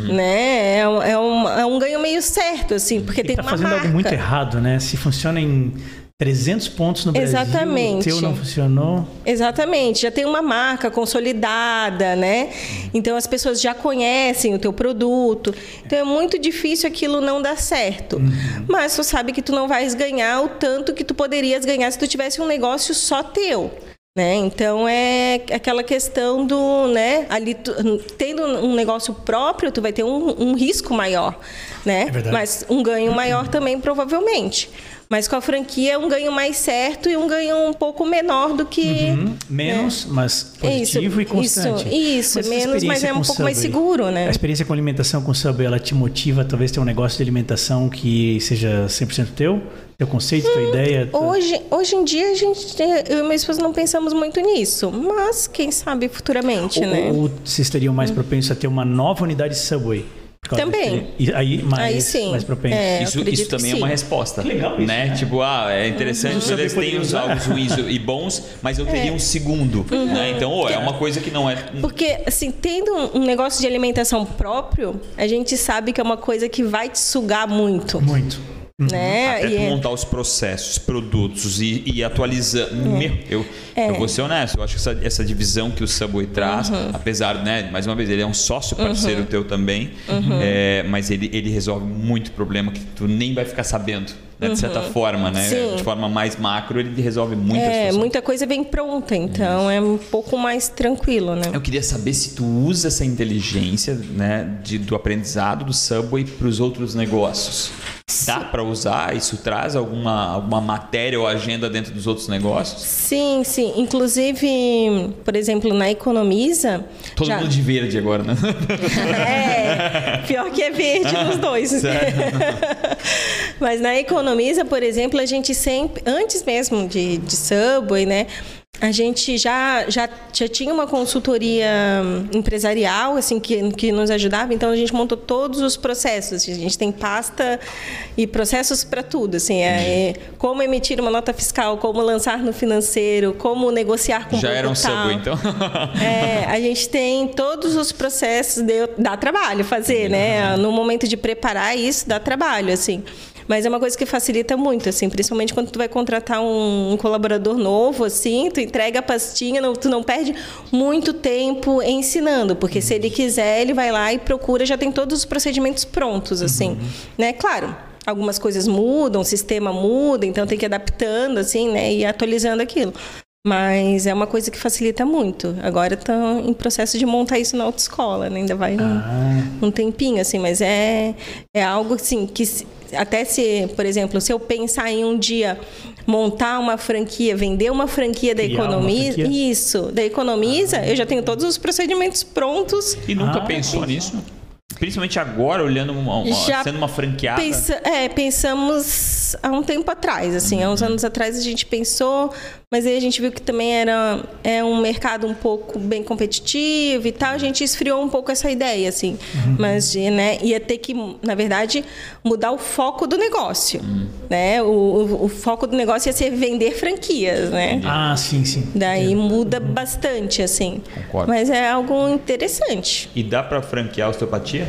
Speaker 5: né? É um ganho meio certo, assim, porque tem uma marca. Tá fazendo algo
Speaker 1: muito errado, né? Se funciona em 300 pontos no Brasil, o teu não funcionou.
Speaker 5: Exatamente, já tem uma marca consolidada, né? Então as pessoas já conhecem o teu produto. Então é muito difícil aquilo não dar certo. Mas tu sabe que tu não vais ganhar o tanto que tu poderias ganhar se tu tivesse um negócio só teu. Né? Então é aquela questão do, né? Ali tendo um negócio próprio, tu vai ter um risco maior, né? Mas um ganho maior também, provavelmente. Mas com a franquia é um ganho mais certo e um ganho um pouco menor do que...
Speaker 1: Menos, mas positivo e constante.
Speaker 5: Isso, menos, mas é um pouco mais seguro, né?
Speaker 1: A experiência com alimentação com o Subway, ela te motiva talvez ter um negócio de alimentação que seja 100% teu? Teu conceito, tua ideia?
Speaker 5: Hoje em dia, eu e minha esposa não pensamos muito nisso, mas quem sabe futuramente, né?
Speaker 1: Ou vocês teriam mais propensos a ter uma nova unidade Subway?
Speaker 5: Também.
Speaker 1: Aí sim. Mais propenso.
Speaker 3: Isso também é uma resposta. Que legal isso, né? Tipo, é interessante. Eles têm os algo ruins e bons, mas eu teria um segundo. Né? Então, é uma coisa que não é...
Speaker 5: Porque, assim, tendo um negócio de alimentação próprio, a gente sabe que é uma coisa que vai te sugar muito.
Speaker 1: Muito.
Speaker 5: Né?
Speaker 3: Até montar os processos, produtos e atualizar. Eu vou ser honesto, eu acho que essa divisão que o Subway traz, apesar, né, mais uma vez, ele é um sócio parceiro teu também, mas ele resolve muito problema que tu nem vai ficar sabendo. Né, de certa forma, né?
Speaker 5: Sim.
Speaker 3: De forma mais macro, ele resolve muitas coisas.
Speaker 5: Muita coisa bem pronta, então é um pouco mais tranquilo, né?
Speaker 3: Eu queria saber se tu usa essa inteligência, né, do aprendizado do Subway para os outros negócios. Dá para usar? Isso traz alguma matéria ou agenda dentro dos outros negócios?
Speaker 5: Sim. Inclusive, por exemplo, na Economiza...
Speaker 3: Todo mundo de verde agora, né?
Speaker 5: Pior que é verde nos dois. Mas na Economiza, por exemplo, a gente sempre... Antes mesmo de Subway, né? A gente já tinha uma consultoria empresarial assim, que nos ajudava, então a gente montou todos os processos. A gente tem pasta e processos para tudo. Assim, como emitir uma nota fiscal, como lançar no financeiro, como negociar com o
Speaker 3: já era um Subway, então?
Speaker 5: A gente tem todos os processos, dá trabalho fazer, né? No momento de preparar isso, dá trabalho, assim. Mas é uma coisa que facilita muito, assim, principalmente quando tu vai contratar um colaborador novo, assim, tu entrega a pastinha, tu não perde muito tempo ensinando, porque se ele quiser, ele vai lá e procura, já tem todos os procedimentos prontos, assim, né? Claro, algumas coisas mudam, o sistema muda, então tem que ir adaptando, assim, né? E atualizando aquilo. Mas é uma coisa que facilita muito. Agora estão em processo de montar isso na autoescola, né? Ainda vai um tempinho, assim, mas é algo assim que até se, por exemplo, se eu pensar em um dia montar uma franquia, vender uma franquia da Economiza, isso, da Economiza, eu já tenho todos os procedimentos prontos.
Speaker 3: E nunca pensou nisso? Principalmente agora, olhando sendo uma franqueada?
Speaker 5: Pensamos há um tempo atrás, assim, há uns anos atrás a gente pensou, mas aí a gente viu que também é um mercado um pouco bem competitivo e tal, a gente esfriou um pouco essa ideia, assim, mas, né, ia ter que, na verdade, mudar o foco do negócio, né, o foco do negócio ia ser vender franquias, né.
Speaker 1: Ah, sim.
Speaker 5: Daí muda bastante, assim.
Speaker 3: Concordo.
Speaker 5: Mas é algo interessante.
Speaker 3: E dá para franquear osteopatia?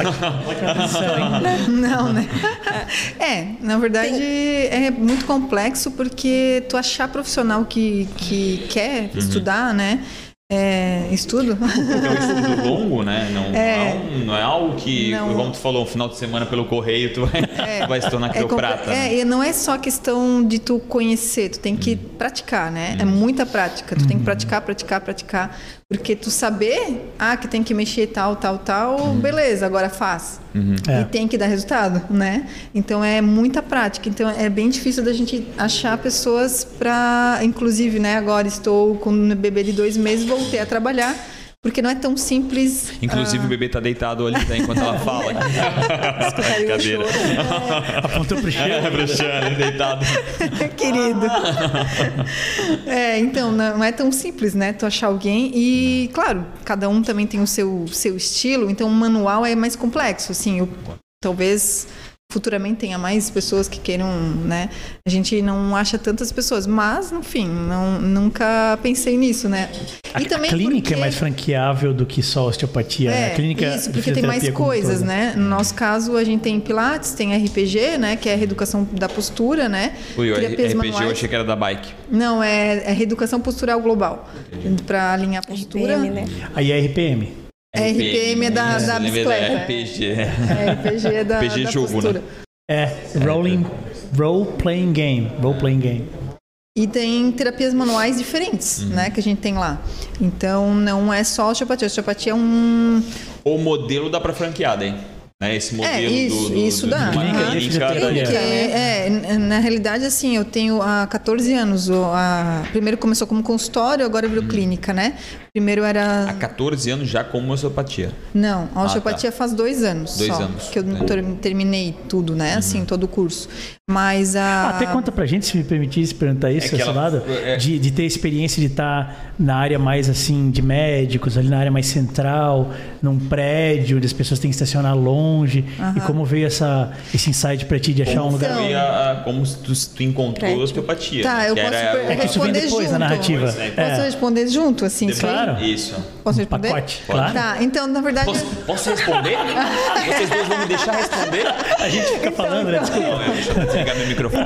Speaker 4: Não, né? Na verdade é muito complexo porque tu achar profissional que quer estudar, né? Estudo.
Speaker 3: É um estudo longo, né? Não é algo que, como tu falou, um final de semana pelo correio, tu vai se tornar quiroprata.
Speaker 4: E não é só questão de tu conhecer, tu tem que praticar, né? É muita prática. Tu tem que praticar. Porque tu saber, que tem que mexer tal, beleza, agora faz. E tem que dar resultado, né? Então é muita prática. Então é bem difícil da gente achar pessoas para... Inclusive, né? Agora estou com um bebê de 2 meses, voltei a trabalhar. Porque não é tão simples...
Speaker 3: Inclusive o bebê tá deitado ali enquanto ela fala.
Speaker 5: Brincadeira.
Speaker 1: Apontou pro chão.
Speaker 3: Pro chão, deitado.
Speaker 4: Querido. Então, não é tão simples, né? Tu achar alguém e, claro, cada um também tem o seu estilo. Então, o manual é mais complexo. Assim, talvez... futuramente tenha mais pessoas que queiram, né? A gente não acha tantas pessoas, mas, enfim, nunca pensei nisso, né?
Speaker 1: E também a clínica é mais franqueável do que só osteopatia, né? A clínica
Speaker 4: isso, porque tem mais coisas, né? No nosso caso, a gente tem Pilates, tem RPG, né? Que é a reeducação da postura, né?
Speaker 3: RPG eu achei que era da bike.
Speaker 4: Não, é reeducação postural global. Para alinhar a postura.
Speaker 5: RPM, né?
Speaker 1: Aí é RPM.
Speaker 4: RPM é da bicicleta.
Speaker 3: RPG.
Speaker 4: RPG é da
Speaker 3: jogo,
Speaker 4: postura.
Speaker 3: Né?
Speaker 1: Role Playing Game.
Speaker 4: E tem terapias manuais diferentes, né? Que a gente tem lá. Então, não é só osteopatia. Osteopatia é um...
Speaker 3: O modelo dá para franqueada, hein? Esse modelo
Speaker 4: isso dá. Na realidade, assim, eu tenho há 14 anos. Primeiro começou como consultório, agora virou clínica, né? Primeiro era...
Speaker 3: Há 14 anos já como osteopatia?
Speaker 4: Não, a osteopatia faz 2 anos.
Speaker 3: 2
Speaker 4: só,
Speaker 3: anos.
Speaker 4: Que eu terminei tudo, né? Assim, todo o curso. Mas
Speaker 1: até conta pra gente, se me permitisse perguntar isso, de ter experiência de estar na área mais assim, de médicos, ali na área mais central, num prédio, onde as pessoas têm que estacionar longe. E como veio esse insight pra ti de achar um lugar...
Speaker 3: Como tu encontrou a osteopatia.
Speaker 4: Tá, eu posso
Speaker 1: isso vem depois da narrativa.
Speaker 4: Posso responder junto, assim?
Speaker 1: Claro.
Speaker 3: Isso.
Speaker 4: Posso responder?
Speaker 1: Pacote, claro.
Speaker 4: Tá, então, na verdade...
Speaker 3: Posso responder? Vocês dois vão me deixar responder?
Speaker 1: A gente fica falando, né? Desculpa.
Speaker 3: Deixa eu desligar meu microfone.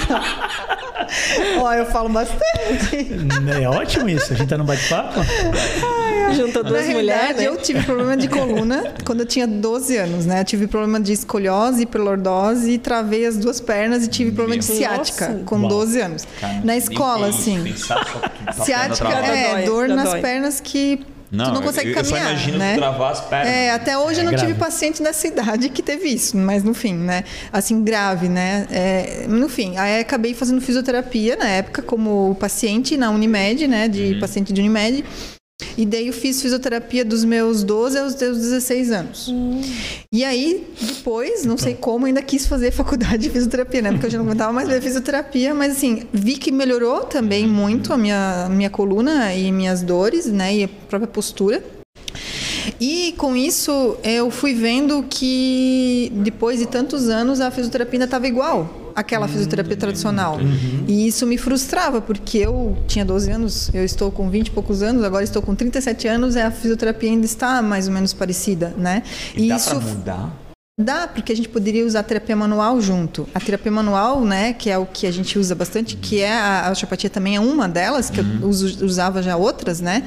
Speaker 4: Eu falo bastante.
Speaker 1: É ótimo isso. A gente tá num bate-papo.
Speaker 5: Juntou 2 mulheres.
Speaker 4: Eu tive problema de coluna quando eu tinha 12 anos, né? Eu tive problema de escoliose, hiperlordose, travei as 2 pernas e tive problema de ciática com 12 anos. Cara, na escola, assim. Ciática dor nas pernas que... tu não consegue caminhar,
Speaker 3: eu só imagino
Speaker 4: né?
Speaker 3: travar as pernas.
Speaker 4: Até hoje eu não tive paciente nessa idade que teve isso, mas no fim, né? Assim, grave, né? No fim, aí acabei fazendo fisioterapia na época como paciente na Unimed, né? Paciente de Unimed. E daí eu fiz fisioterapia dos meus 12 aos 16 anos. E aí, depois, não sei como, ainda quis fazer faculdade de fisioterapia, né? Porque eu já não aguentava mais ver fisioterapia, mas assim, vi que melhorou também muito a minha coluna e minhas dores, né? E a própria postura. E com isso eu fui vendo que depois de tantos anos a fisioterapia ainda estava igual àquela fisioterapia tradicional. E isso me frustrava, porque eu tinha 12 anos, eu estou com 20 e poucos anos, agora estou com 37 anos e a fisioterapia ainda está mais ou menos parecida, né?
Speaker 3: E dá para mudar?
Speaker 4: Dá, porque a gente poderia usar a terapia manual junto. A terapia manual, né, que é o que a gente usa bastante, que é a osteopatia também é uma delas, que eu usava já outras, né?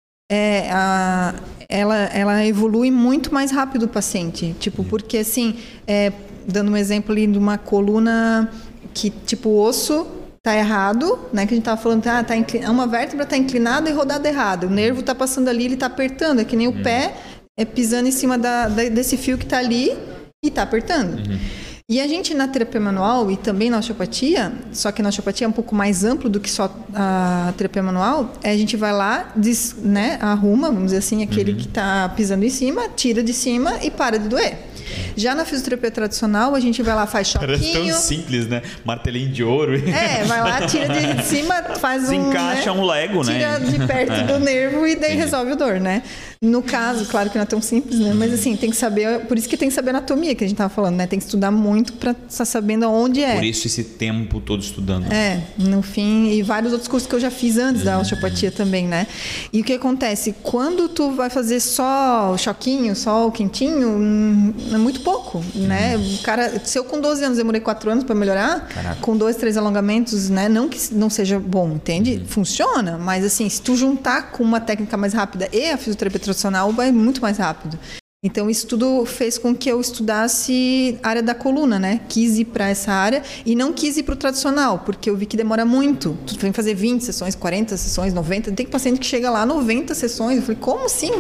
Speaker 4: Ela evolui muito mais rápido o paciente, tipo, porque assim, dando um exemplo ali de uma coluna que, tipo, o osso tá errado, né, que a gente tava falando, uma vértebra tá inclinada e rodada errada, o nervo tá passando ali, ele tá apertando, é que nem o pé pisando em cima desse fio que tá ali e tá apertando. E a gente na terapia manual e também na osteopatia, só que na osteopatia é um pouco mais amplo do que só a terapia manual, a gente vai lá, né, arruma, vamos dizer assim, aquele que está pisando em cima, tira de cima e para de doer. Já na fisioterapia tradicional, a gente vai lá, faz choquinho.
Speaker 3: Parece tão simples, né? Martelinho de ouro.
Speaker 4: Vai lá, tira de cima, faz
Speaker 3: encaixa um Lego,
Speaker 4: tira de perto do nervo e daí resolve a dor, né? No caso, claro que não é tão simples, né? Mas assim, tem que saber, por isso que tem que saber anatomia, que a gente tava falando, né? Tem que estudar muito para estar sabendo aonde é.
Speaker 3: Por isso esse tempo todo estudando.
Speaker 4: No fim, e vários outros cursos que eu já fiz antes da osteopatia também, né? E o que acontece? Quando tu vai fazer só o choquinho, só o quentinho, é muito pouco, né? O cara, se eu com 12 anos demorei 4 anos para melhorar, com 2, 3 alongamentos, né? Não que não seja bom, entende? Funciona, mas assim, se tu juntar com uma técnica mais rápida e a fisioterapia tradicional, vai muito mais rápido. Então, isso tudo fez com que eu estudasse a área da coluna, né? Quis ir para essa área e não quis ir para o tradicional, porque eu vi que demora muito. Tu tem que fazer 20 sessões, 40 sessões, 90. Tem paciente que chega lá 90 sessões. Eu falei, como assim?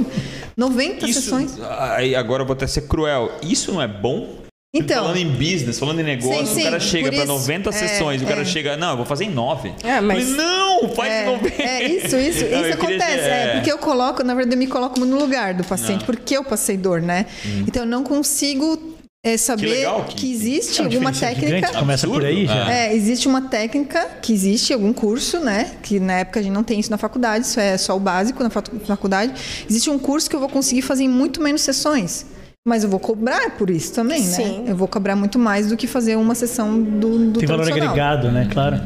Speaker 4: 90 sessões?
Speaker 3: Aí agora eu vou até ser cruel. Isso não é bom?
Speaker 4: Então,
Speaker 3: falando em business, falando em negócio,
Speaker 4: sim,
Speaker 3: o cara chega para 90 sessões, o cara chega, não, eu vou fazer em 9.
Speaker 5: Mas
Speaker 3: não, faz 90.
Speaker 4: Isso acontece. Porque eu coloco, na verdade, eu me coloco no lugar do paciente, porque eu passei dor, né? Então, eu não consigo saber que existe alguma técnica.
Speaker 1: Começa por aí já.
Speaker 4: Existe uma técnica que existe, algum curso, né? Que na época a gente não tem isso na faculdade, isso é só o básico na faculdade. Existe um curso que eu vou conseguir fazer em muito menos sessões. Mas eu vou cobrar por isso também, né?
Speaker 5: Sim.
Speaker 4: Eu vou cobrar muito mais do que fazer uma sessão do
Speaker 1: tem valor agregado, né? Claro.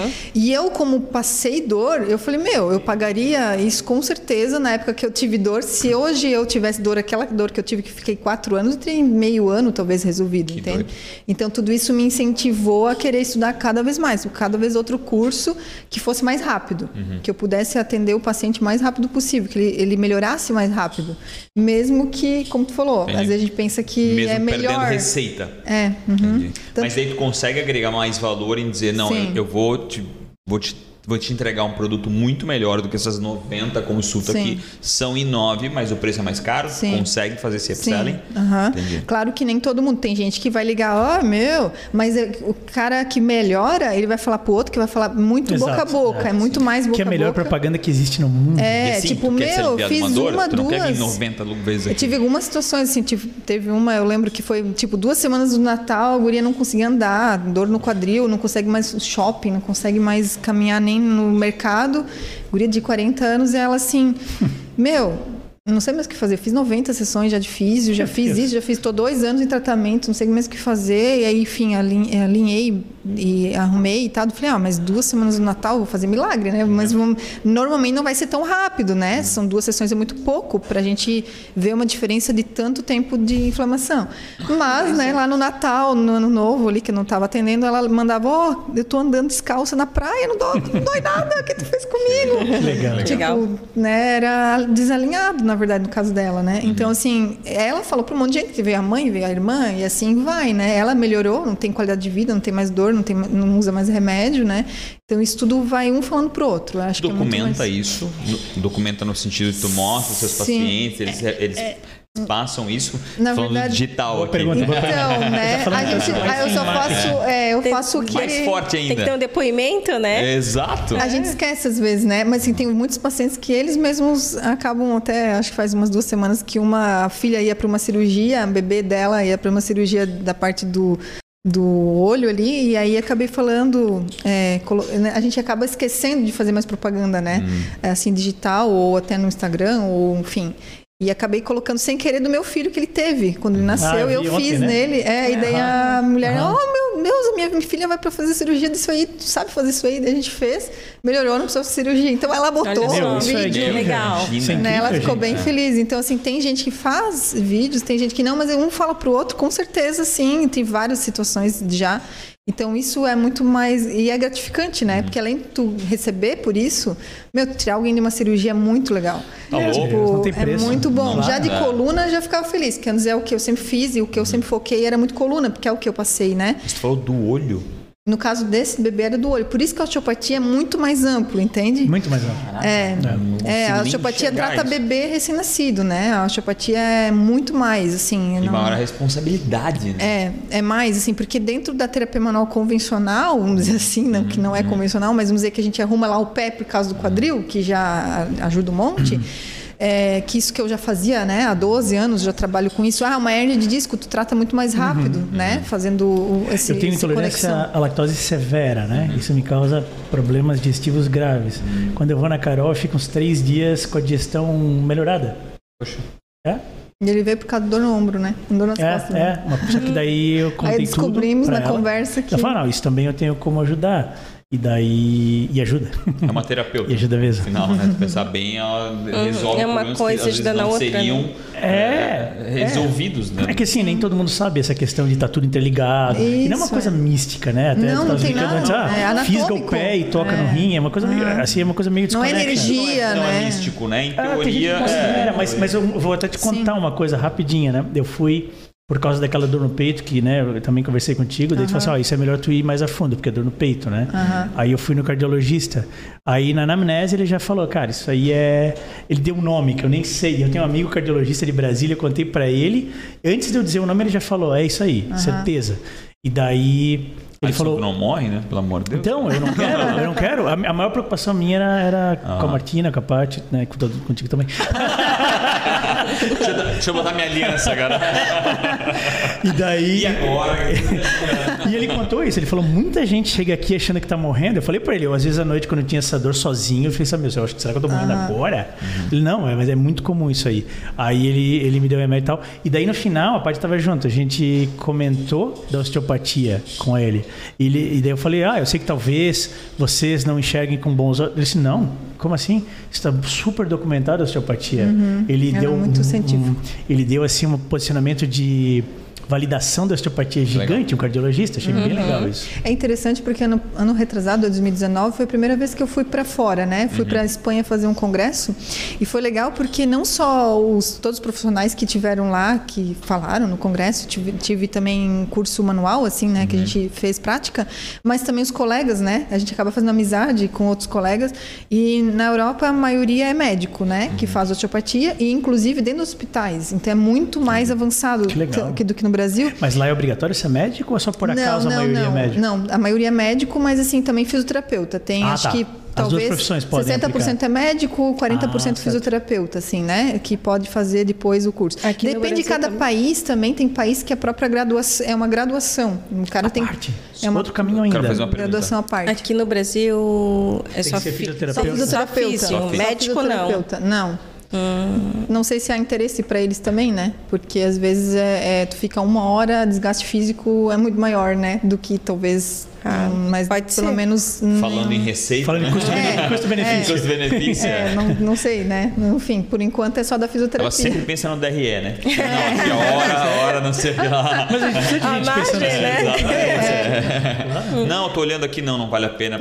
Speaker 4: E eu, como passei dor, eu falei, eu pagaria isso com certeza na época que eu tive dor. Se hoje eu tivesse dor, aquela dor que eu tive, que fiquei 4 anos, eu teria meio ano talvez resolvido, entende? Doido. Então, tudo isso me incentivou a querer estudar cada vez mais, cada vez outro curso que fosse mais rápido, que eu pudesse atender o paciente o mais rápido possível, que ele melhorasse mais rápido. Mesmo que, como tu falou, às vezes a gente pensa que
Speaker 3: mesmo
Speaker 4: é melhor.
Speaker 3: Perdendo receita. Mas aí tu consegue agregar mais valor em dizer, não, eu vou te entregar um produto muito melhor do que essas 90 consultas que são em 9, mas o preço é mais caro. Consegue fazer esse upselling?
Speaker 4: Claro que nem todo mundo. Tem gente que vai ligar, mas o cara que melhora, ele vai falar pro outro que vai falar muito boca a boca. É muito mais boca a boca.
Speaker 1: Que é a melhor propaganda que existe no mundo.
Speaker 4: Fiz uma,
Speaker 3: tu não
Speaker 4: duas.
Speaker 3: Quer vir 90 vezes aqui.
Speaker 4: Eu tive algumas situações, assim, teve uma, eu lembro que foi 2 semanas do Natal, a guria não conseguia andar, dor no quadril, não consegue mais shopping, não consegue mais caminhar nem no mercado, guria de 40 anos, e ela assim, não sei mais o que fazer, fiz 90 sessões já de físio, já fiz isso, já fiz, tô 2 anos em tratamento, não sei mais o que fazer, e aí, enfim, alinhei e arrumei e tal, falei, mas 2 semanas do Natal, vou fazer milagre, né? Mas normalmente não vai ser tão rápido, né? São 2 sessões, é muito pouco pra gente ver uma diferença de tanto tempo de inflamação. Mas, né, lá no Natal, no Ano Novo ali, que eu não tava atendendo, ela mandava, eu tô andando descalça na praia, não dói nada, o que tu fez comigo?
Speaker 1: Legal.
Speaker 4: Né, era desalinhado, na verdade, no caso dela, né? Então, assim, ela falou para um monte de gente, veio a mãe, veio a irmã, e assim vai, né? Ela melhorou, não tem qualidade de vida, não tem mais dor, não usa mais remédio, né? Então, isso tudo vai um falando pro outro. Eu acho
Speaker 3: documenta isso, documenta no sentido de tu mostra os seus pacientes, eles passam isso,
Speaker 4: na
Speaker 3: falando
Speaker 4: verdade,
Speaker 3: digital aqui.
Speaker 4: Então, né? Eu faço o que
Speaker 3: mais forte ainda.
Speaker 5: Tem que ter um depoimento, né?
Speaker 3: Exato.
Speaker 4: A gente esquece às vezes, né? Mas assim, tem muitos pacientes que eles mesmos acabam até, acho que faz umas 2 semanas que uma filha ia para uma cirurgia, a bebê dela ia para uma cirurgia da parte do olho ali, e aí acabei falando, a gente acaba esquecendo de fazer mais propaganda, né? Assim, digital, ou até no Instagram, ou enfim. E acabei colocando sem querer do meu filho que ele teve. Quando ele nasceu, eu fiz nele. E daí a mulher, meu Deus, minha filha vai para fazer cirurgia disso aí, tu sabe fazer isso aí? Daí a gente fez, melhorou, não precisou fazer cirurgia. Então ela botou um vídeo.
Speaker 5: Legal.
Speaker 4: Né? Ela ficou bem feliz. Então, assim, tem gente que faz vídeos, tem gente que não, mas um fala pro outro, com certeza, sim. Tem várias situações já. Então, isso é muito mais... E é gratificante, né? Porque além de tu receber por isso, tirar alguém de uma cirurgia é muito legal.
Speaker 1: Não tem preço.
Speaker 4: É muito bom.
Speaker 1: Não,
Speaker 4: já de coluna, já ficava feliz. Quer dizer, é o que eu sempre fiz e o que eu sempre foquei era muito coluna, porque é o que eu passei, né?
Speaker 3: Você falou do olho?
Speaker 4: No caso desse bebê era do olho. Por isso que a osteopatia é muito mais amplo, entende?
Speaker 1: Muito mais amplo.
Speaker 4: A osteopatia trata bebê recém-nascido, né? A osteopatia é muito mais, assim...
Speaker 3: E maior a responsabilidade, né?
Speaker 4: É mais, assim, porque dentro da terapia manual convencional, vamos dizer assim, não, que não é convencional, mas vamos dizer que a gente arruma lá o pé por causa do quadril, que já ajuda um monte... que isso que eu já fazia, né? Há 12 anos já trabalho com isso. Uma hérnia de disco, tu trata muito mais rápido, né? Fazendo
Speaker 1: Eu tenho intolerância à lactose severa, né? Isso me causa problemas digestivos graves. Quando eu vou na Carol, eu fico uns 3 dias com a digestão melhorada.
Speaker 3: Poxa.
Speaker 4: E ele veio por causa do dor no ombro, né? Dor nas costas.
Speaker 1: Só que daí eu contei
Speaker 4: aí descobrimos
Speaker 1: tudo
Speaker 4: na conversa que...
Speaker 1: Ela falou, não, isso também eu tenho como ajudar. E daí... E ajuda.
Speaker 3: É uma terapeuta.
Speaker 1: E ajuda mesmo.
Speaker 3: Afinal, né? Se pensar bem, ela resolve
Speaker 5: é uma coisa ajudando a outra,
Speaker 3: seriam resolvidos, né?
Speaker 1: É que assim, nem todo mundo sabe essa questão de estar tudo interligado.
Speaker 4: Isso,
Speaker 1: e não é uma coisa mística, né? Até
Speaker 4: não tem nada.
Speaker 1: Antes, fisga o pé e toca no rim. É uma coisa meio, assim, é uma coisa meio desconexa.
Speaker 4: Não é energia,
Speaker 3: não
Speaker 4: né?
Speaker 3: É místico, né? Em teoria...
Speaker 1: Mas eu vou até te contar uma coisa rapidinha, né? Eu fui... Por causa daquela dor no peito, que, né, eu também conversei contigo, daí tu falou assim, isso é melhor tu ir mais a fundo, porque é dor no peito, né? Aí eu fui no cardiologista, aí na anamnese ele já falou, cara, isso aí é... Ele deu um nome que eu nem sei, eu tenho um amigo cardiologista de Brasília, eu contei pra ele, antes de eu dizer o nome ele já falou, é isso aí, certeza. E daí... Ele falou,
Speaker 3: não morre, né? Pelo amor de Deus.
Speaker 1: Então, eu não quero. A maior preocupação minha era com a Martina, com a Paty, né? Contigo também.
Speaker 3: Deixa eu botar minha aliança, cara.
Speaker 1: E daí...
Speaker 3: E agora?
Speaker 1: E ele contou isso. Ele falou, muita gente chega aqui achando que tá morrendo. Eu falei pra ele, às vezes à noite, quando eu tinha essa dor sozinho, eu falei assim, eu acho que será que eu tô morrendo agora? Ele, não, mas é muito comum isso aí. Aí ele me deu remédio e tal. E daí no final, a Paty tava junto. A gente comentou da osteopatia com ele. E daí eu falei, eu sei que talvez vocês não enxerguem com bons olhos. Ele disse, não, como assim? Está super documentado a osteopatia. Ele deu
Speaker 4: muito científico.
Speaker 1: Ele deu assim um posicionamento de validação da osteopatia gigante, legal. Um cardiologista, achei bem legal isso.
Speaker 4: É interessante porque ano retrasado, 2019, foi a primeira vez que eu fui para fora, né? Fui para a Espanha fazer um congresso e foi legal porque não só todos os profissionais que tiveram lá, que falaram no congresso, tive também um curso manual, assim, né? Que a gente fez prática, mas também os colegas, né? A gente acaba fazendo amizade com outros colegas e na Europa a maioria é médico, né? Que faz osteopatia e inclusive dentro dos hospitais. Então é muito mais avançado do que no Brasil.
Speaker 1: Mas lá é obrigatório ser médico ou é só por acaso a maioria é médico?
Speaker 4: Não, a maioria é médico, mas assim, também fisioterapeuta. Tem, acho que talvez 60% é médico, 40% fisioterapeuta, assim, né? Que pode fazer depois o curso. Aqui depende de cada país também. Tem país que a própria graduação é uma graduação. O cara tem
Speaker 1: outro caminho ainda.
Speaker 4: Graduação à parte.
Speaker 5: Aqui no Brasil é só
Speaker 4: fisioterapeuta.
Speaker 5: Médico
Speaker 4: não. Não sei se há interesse para eles também, né? Porque às vezes tu fica 1 hora, desgaste físico é muito maior, né? Do que talvez... mas pode pelo menos...
Speaker 3: Falando em receita...
Speaker 1: Falando em custo-benefício.
Speaker 3: Custo-benefício.
Speaker 4: Não sei, né? Enfim, por enquanto é só da fisioterapia.
Speaker 3: Ela sempre pensa no DRE, né? Não, aqui a hora, não sei o que lá.
Speaker 1: Mas a gente precisa de gente pensando
Speaker 3: assim. Não, tô olhando aqui, não vale a pena.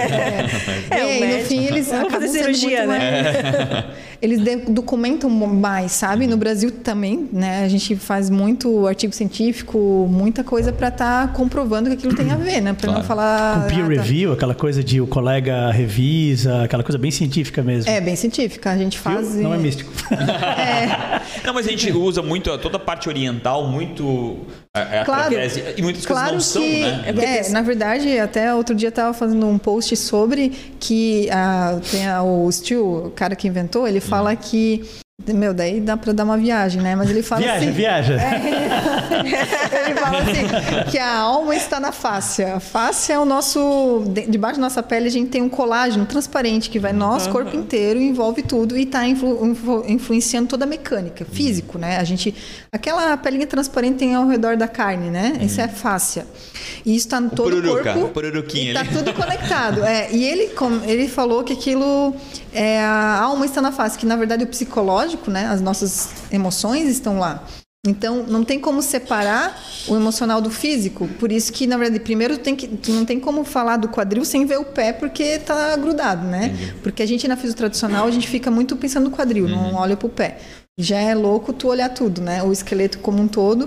Speaker 4: E no fim eles acabam
Speaker 5: fazer cirurgia, né?
Speaker 4: Eles documentam mais, sabe? No Brasil também, né? A gente faz muito artigo científico, muita coisa para estar comprovando que aquilo tem a ver, né? Para não falar...
Speaker 1: Com peer review, aquela coisa de o colega revisa, aquela coisa bem científica mesmo.
Speaker 4: É, bem científica. A gente faz...
Speaker 1: Não é místico.
Speaker 3: Não, mas a gente usa muito toda a parte oriental, muito...
Speaker 4: Claro,
Speaker 3: e muitas coisas não são, né?
Speaker 4: Na verdade, até outro dia eu estava fazendo um post sobre que tem o Stu, o cara que inventou, ele fala que... daí dá pra dar uma viagem, né? Mas ele fala
Speaker 1: Viaja.
Speaker 4: Ele fala assim, que a alma está na fáscia. A fáscia é o nosso... Debaixo da nossa pele a gente tem um colágeno transparente que vai nosso corpo inteiro, envolve tudo e está influenciando toda a mecânica, físico, né? Aquela pelinha transparente tem ao redor da carne, né? Isso é fáscia. E isso está no todo o corpo. E está tudo conectado. E ele falou que aquilo... a alma está na face, que na verdade o psicológico, né, as nossas emoções estão lá. Então não tem como separar o emocional do físico. Por isso que na verdade primeiro tu não tem como falar do quadril sem ver o pé porque tá grudado, né? Porque a gente na fisio tradicional a gente fica muito pensando no quadril, não olha pro pé. Já é louco tu olhar tudo, né? O esqueleto como um todo.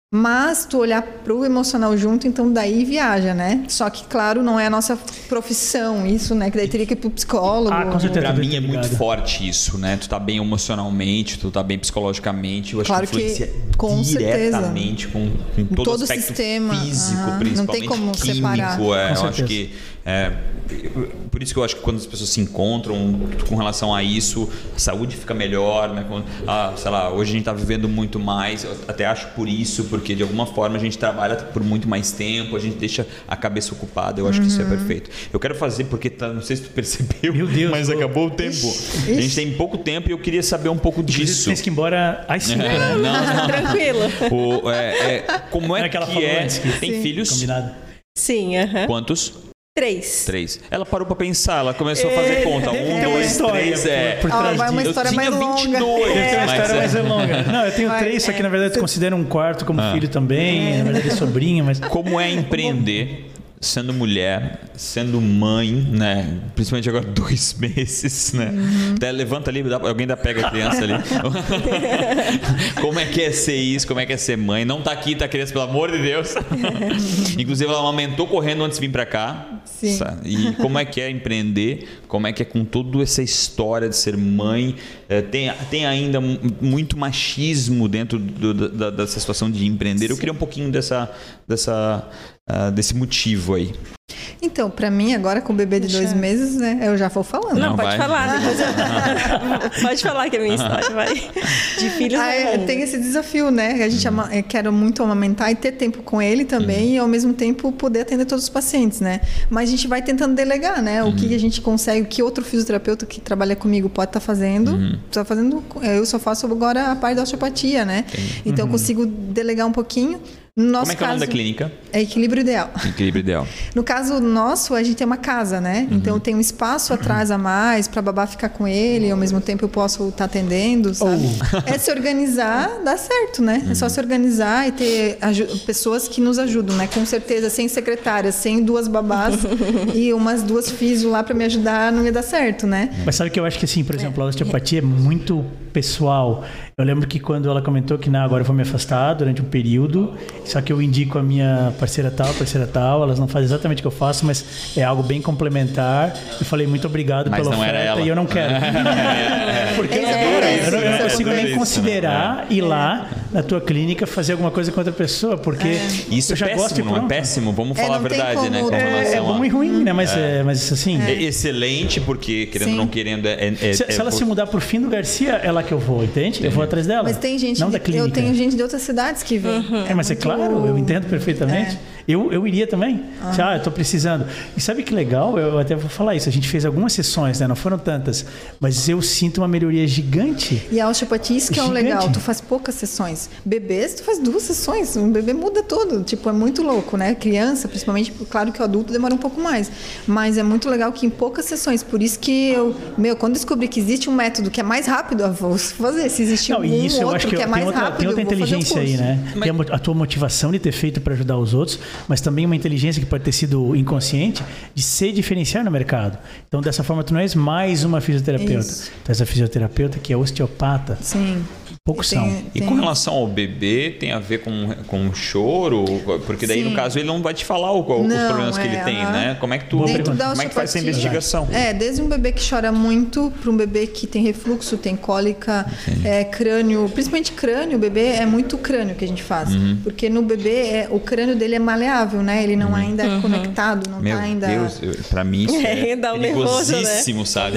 Speaker 4: Mas tu olhar pro emocional junto, então daí viaja, né? Só que, claro, não é a nossa profissão isso, né? Que daí teria que ir pro psicólogo.
Speaker 1: Com certeza.
Speaker 3: Pra mim é muito forte isso, né? Tu tá bem emocionalmente, tu tá bem psicologicamente. Eu acho
Speaker 4: claro
Speaker 3: que influencia
Speaker 4: com
Speaker 3: diretamente com todo o aspecto
Speaker 4: sistema,
Speaker 3: físico, principalmente
Speaker 4: não tem como
Speaker 3: químico.
Speaker 4: separar.
Speaker 3: Eu acho que... por isso que eu acho que quando as pessoas se encontram com relação a isso, a saúde fica melhor, né? Sei lá, hoje a gente tá vivendo muito mais, eu até acho por isso, porque de alguma forma a gente trabalha por muito mais tempo, a gente deixa a cabeça ocupada, eu acho que isso é perfeito. Eu quero fazer, porque não sei se tu percebeu,
Speaker 1: meu Deus,
Speaker 3: mas acabou o tempo. A gente tem pouco tempo e eu queria saber um pouco disso.
Speaker 1: Tem que ir embora às 5, né?
Speaker 5: Não. Tranquilo.
Speaker 3: Como é que é? Tem filhos?
Speaker 1: Combinado.
Speaker 5: Sim,
Speaker 3: Quantos?
Speaker 5: 3.
Speaker 3: Ela parou pra pensar, ela começou a fazer conta. 1, 2, 3,
Speaker 4: vai uma história mais longa.
Speaker 3: 22.
Speaker 1: Uma história mais longa. Não, eu tenho 3, só que na verdade eu considero um quarto como filho também. Na verdade é sobrinha, mas...
Speaker 3: Como é empreender sendo mulher, sendo mãe, né? Principalmente agora 2 meses, né? Até levanta ali, alguém pega a criança ali. Como é que é ser isso? Como é que é ser mãe? Não tá aqui, tá criança, pelo amor de Deus. Inclusive ela amamentou correndo antes de vir pra cá.
Speaker 4: Sim.
Speaker 3: Sabe? E como é que é empreender? Como é que é com toda essa história de ser mãe? Tem ainda muito machismo dentro dessa situação de empreender. Eu queria um pouquinho desse motivo aí.
Speaker 4: Então, pra mim, agora com o bebê de 2 meses, né? Eu já vou falando.
Speaker 5: Não, pode falar. Pode falar que é a minha história, vai. De filhos.
Speaker 4: Tem esse desafio, né? A gente quero muito amamentar e ter tempo com ele também e, ao mesmo tempo, poder atender todos os pacientes, né? Mas a gente vai tentando delegar, né? O que a gente consegue, o que outro fisioterapeuta que trabalha comigo pode estar fazendo. Tá fazendo. Eu só faço agora a parte da osteopatia, né? Então, eu consigo delegar um pouquinho.
Speaker 3: Como é que é o nome da clínica?
Speaker 4: É Equilíbrio Ideal.
Speaker 3: Equilíbrio Ideal.
Speaker 4: No caso nosso, a gente tem uma casa, né? Então tem um espaço atrás a mais para babá ficar com ele e ao mesmo tempo eu posso estar atendendo, sabe? É se organizar, dá certo, né? É só se organizar e ter pessoas que nos ajudam, né? Com certeza, sem secretária, sem 2 babás e umas 2 físio lá para me ajudar, não ia dar certo, né?
Speaker 1: Mas sabe que eu acho que assim, por exemplo, a osteopatia é muito pessoal. Eu lembro que quando ela comentou que agora eu vou me afastar durante um período, só que eu indico a minha parceira tal, elas não fazem exatamente o que eu faço, mas é algo bem complementar. Eu falei muito obrigado pela oferta e eu não quero. Porque eu não consigo nem considerar ir lá na tua clínica fazer alguma coisa com outra pessoa, porque
Speaker 3: isso
Speaker 1: eu já
Speaker 3: péssimo,
Speaker 1: gosto.
Speaker 3: Não é péssimo, vamos falar a verdade, né?
Speaker 1: É bom e ruim, né? Mas assim...
Speaker 3: É excelente, porque querendo ou não querendo...
Speaker 1: Se ela se mudar pro fim do Garcia, é lá que eu vou, entende? Eu vou atrás dela.
Speaker 4: Mas tem gente,
Speaker 1: não da clínica.
Speaker 4: Eu tenho gente de outras cidades que vem.
Speaker 1: Mas é claro, eu entendo perfeitamente. Eu iria também. Eu estou precisando. E sabe que legal? Eu até vou falar isso. A gente fez algumas sessões, né? Não foram tantas, mas eu sinto uma melhoria gigante.
Speaker 4: E a osteopatia, isso que é o legal. Tu faz poucas sessões. Bebês, tu faz 2 sessões. Um bebê muda tudo. Tipo, é muito louco, né? Criança, principalmente, claro que o adulto demora um pouco mais. Mas é muito legal que em poucas sessões. Por isso que quando descobri que existe um método que é mais rápido, eu vou fazer. Se existe outro que é mais rápido,
Speaker 1: tem outra inteligência aí, né? Tem a tua motivação de ter feito para ajudar os outros, mas também uma inteligência que pode ter sido inconsciente de se diferenciar no mercado. Então, dessa forma, tu não és mais uma fisioterapeuta.
Speaker 4: Isso.
Speaker 1: Tu és a fisioterapeuta que é osteopata.
Speaker 4: Sim.
Speaker 1: Poucos são.
Speaker 3: E com relação ao bebê, tem a ver com choro? Porque daí, no caso, ele não vai te falar os problemas que ele tem, né? Como é que como é que faz essa investigação?
Speaker 4: Desde um bebê que chora muito para um bebê que tem refluxo, tem cólica, crânio, principalmente crânio, o bebê é muito crânio que a gente faz. Porque no bebê, o crânio dele é maleável, né? Ele não ainda é conectado, não tá ainda...
Speaker 3: Meu Deus, pra mim isso é perigosíssimo, sabe?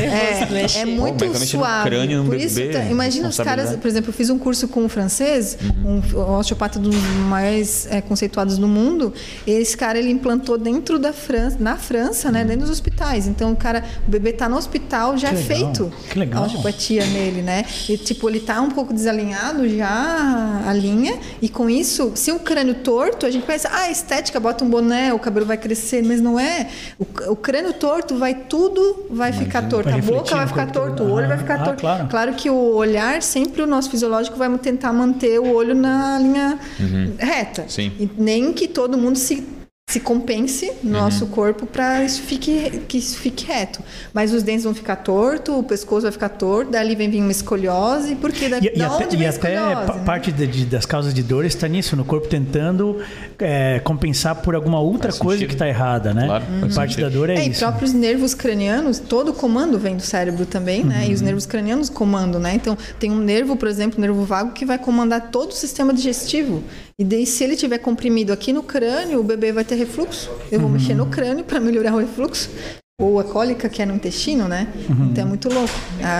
Speaker 4: É muito suave.
Speaker 3: Crânio
Speaker 4: por isso, imagina os caras, por exemplo, eu fiz um curso com um francês, um osteopata dos mais conceituados do mundo. Esse cara, ele implantou dentro da França, na França, né, dentro dos hospitais. Então, o bebê tá no hospital, já feito a osteopatia nele, né? E, tipo, ele tá um pouco desalinhado já, a linha, e com isso, se o crânio torto, a gente pensa, estética, bota um boné, o cabelo vai crescer, mas não é. O crânio torto tudo vai ficar torto, a boca vai ficar torto, o olho vai ficar torto. Claro que o olhar, sempre o nosso fisiológico vai tentar manter o olho na linha reta.
Speaker 3: Sim.
Speaker 4: E nem que todo mundo se se compense no nosso corpo para que isso fique reto. Mas os dentes vão ficar tortos, o pescoço vai ficar torto, dali vem vir uma escoliose, porque da onde vem a escoliose?
Speaker 1: Parte das causas de dor está nisso, no corpo tentando compensar por alguma outra coisa que está errada, né? Claro, parte da dor isso.
Speaker 4: E próprios nervos cranianos, todo o comando vem do cérebro também, né? E os nervos cranianos comandam, né? Então, tem um nervo, por exemplo, o nervo vago, que vai comandar todo o sistema digestivo. E daí, se ele tiver comprimido aqui no crânio, o bebê vai ter refluxo. Eu vou mexer no crânio para melhorar o refluxo. Ou a cólica, que é no intestino, né? Então é muito louco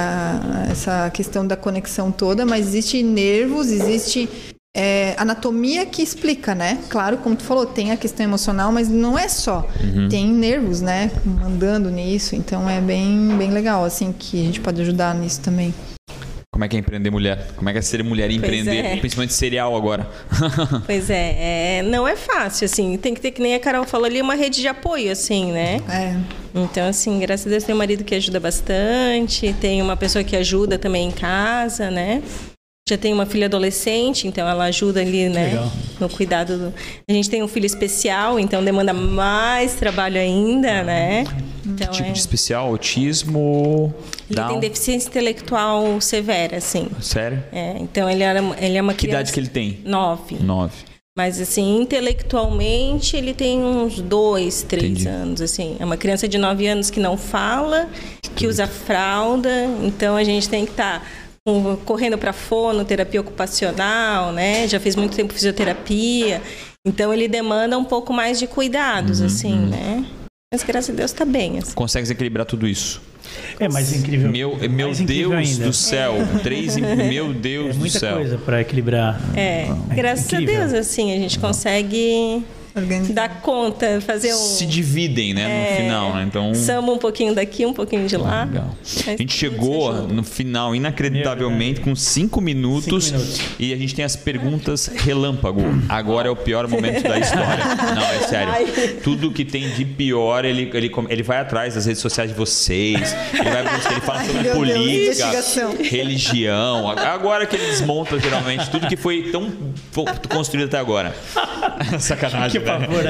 Speaker 4: essa questão da conexão toda. Mas existe nervos, existe anatomia que explica, né? Claro, como tu falou, tem a questão emocional, mas não é só. Tem nervos, né? Mandando nisso. Então é bem, bem legal, assim, que a gente pode ajudar nisso também.
Speaker 3: Como é que é empreender mulher? Como é que é ser mulher e empreender, principalmente cereal agora?
Speaker 5: Pois não é fácil, assim. Tem que ter, que nem a Carol falou ali, uma rede de apoio, assim, né? Então, assim, graças a Deus tem um marido que ajuda bastante, tem uma pessoa que ajuda também em casa, né? Já tem uma filha adolescente, então ela ajuda ali, né? Legal. No cuidado A gente tem um filho especial, então demanda mais trabalho ainda, né? Então,
Speaker 3: que tipo de especial? Autismo?
Speaker 5: Ele tem deficiência intelectual severa, assim.
Speaker 3: Sério?
Speaker 5: Então ele é uma criança...
Speaker 3: Que idade que ele tem?
Speaker 5: 9. Mas, assim, intelectualmente ele tem uns 2, 3 anos, assim. É uma criança de 9 anos que não fala, que usa fralda, então a gente tem que estar... correndo para fono, terapia ocupacional, né? Já fez muito tempo fisioterapia. Então, ele demanda um pouco mais de cuidados, assim, né? Mas, graças a Deus, está bem. Assim.
Speaker 3: Consegue equilibrar tudo isso?
Speaker 1: É mais incrível.
Speaker 3: Meu Deus do céu. Meu Deus do céu.
Speaker 1: É muita coisa para equilibrar.
Speaker 5: Graças a Deus, assim, a gente consegue... dar conta, fazer
Speaker 3: Se dividem, né, no final, né? Então...
Speaker 5: Samba um pouquinho daqui, um pouquinho de lá.
Speaker 3: Legal. A gente chegou no final, inacreditavelmente, com 5 minutos. E a gente tem as perguntas relâmpago. Agora é o pior momento da história. Não, é sério. Tudo que tem de pior, ele vai atrás das redes sociais de vocês. Ele fala sobre política, religião. Agora que ele desmonta, geralmente, tudo que foi tão construído até agora. Sacanagem.
Speaker 1: Pavor,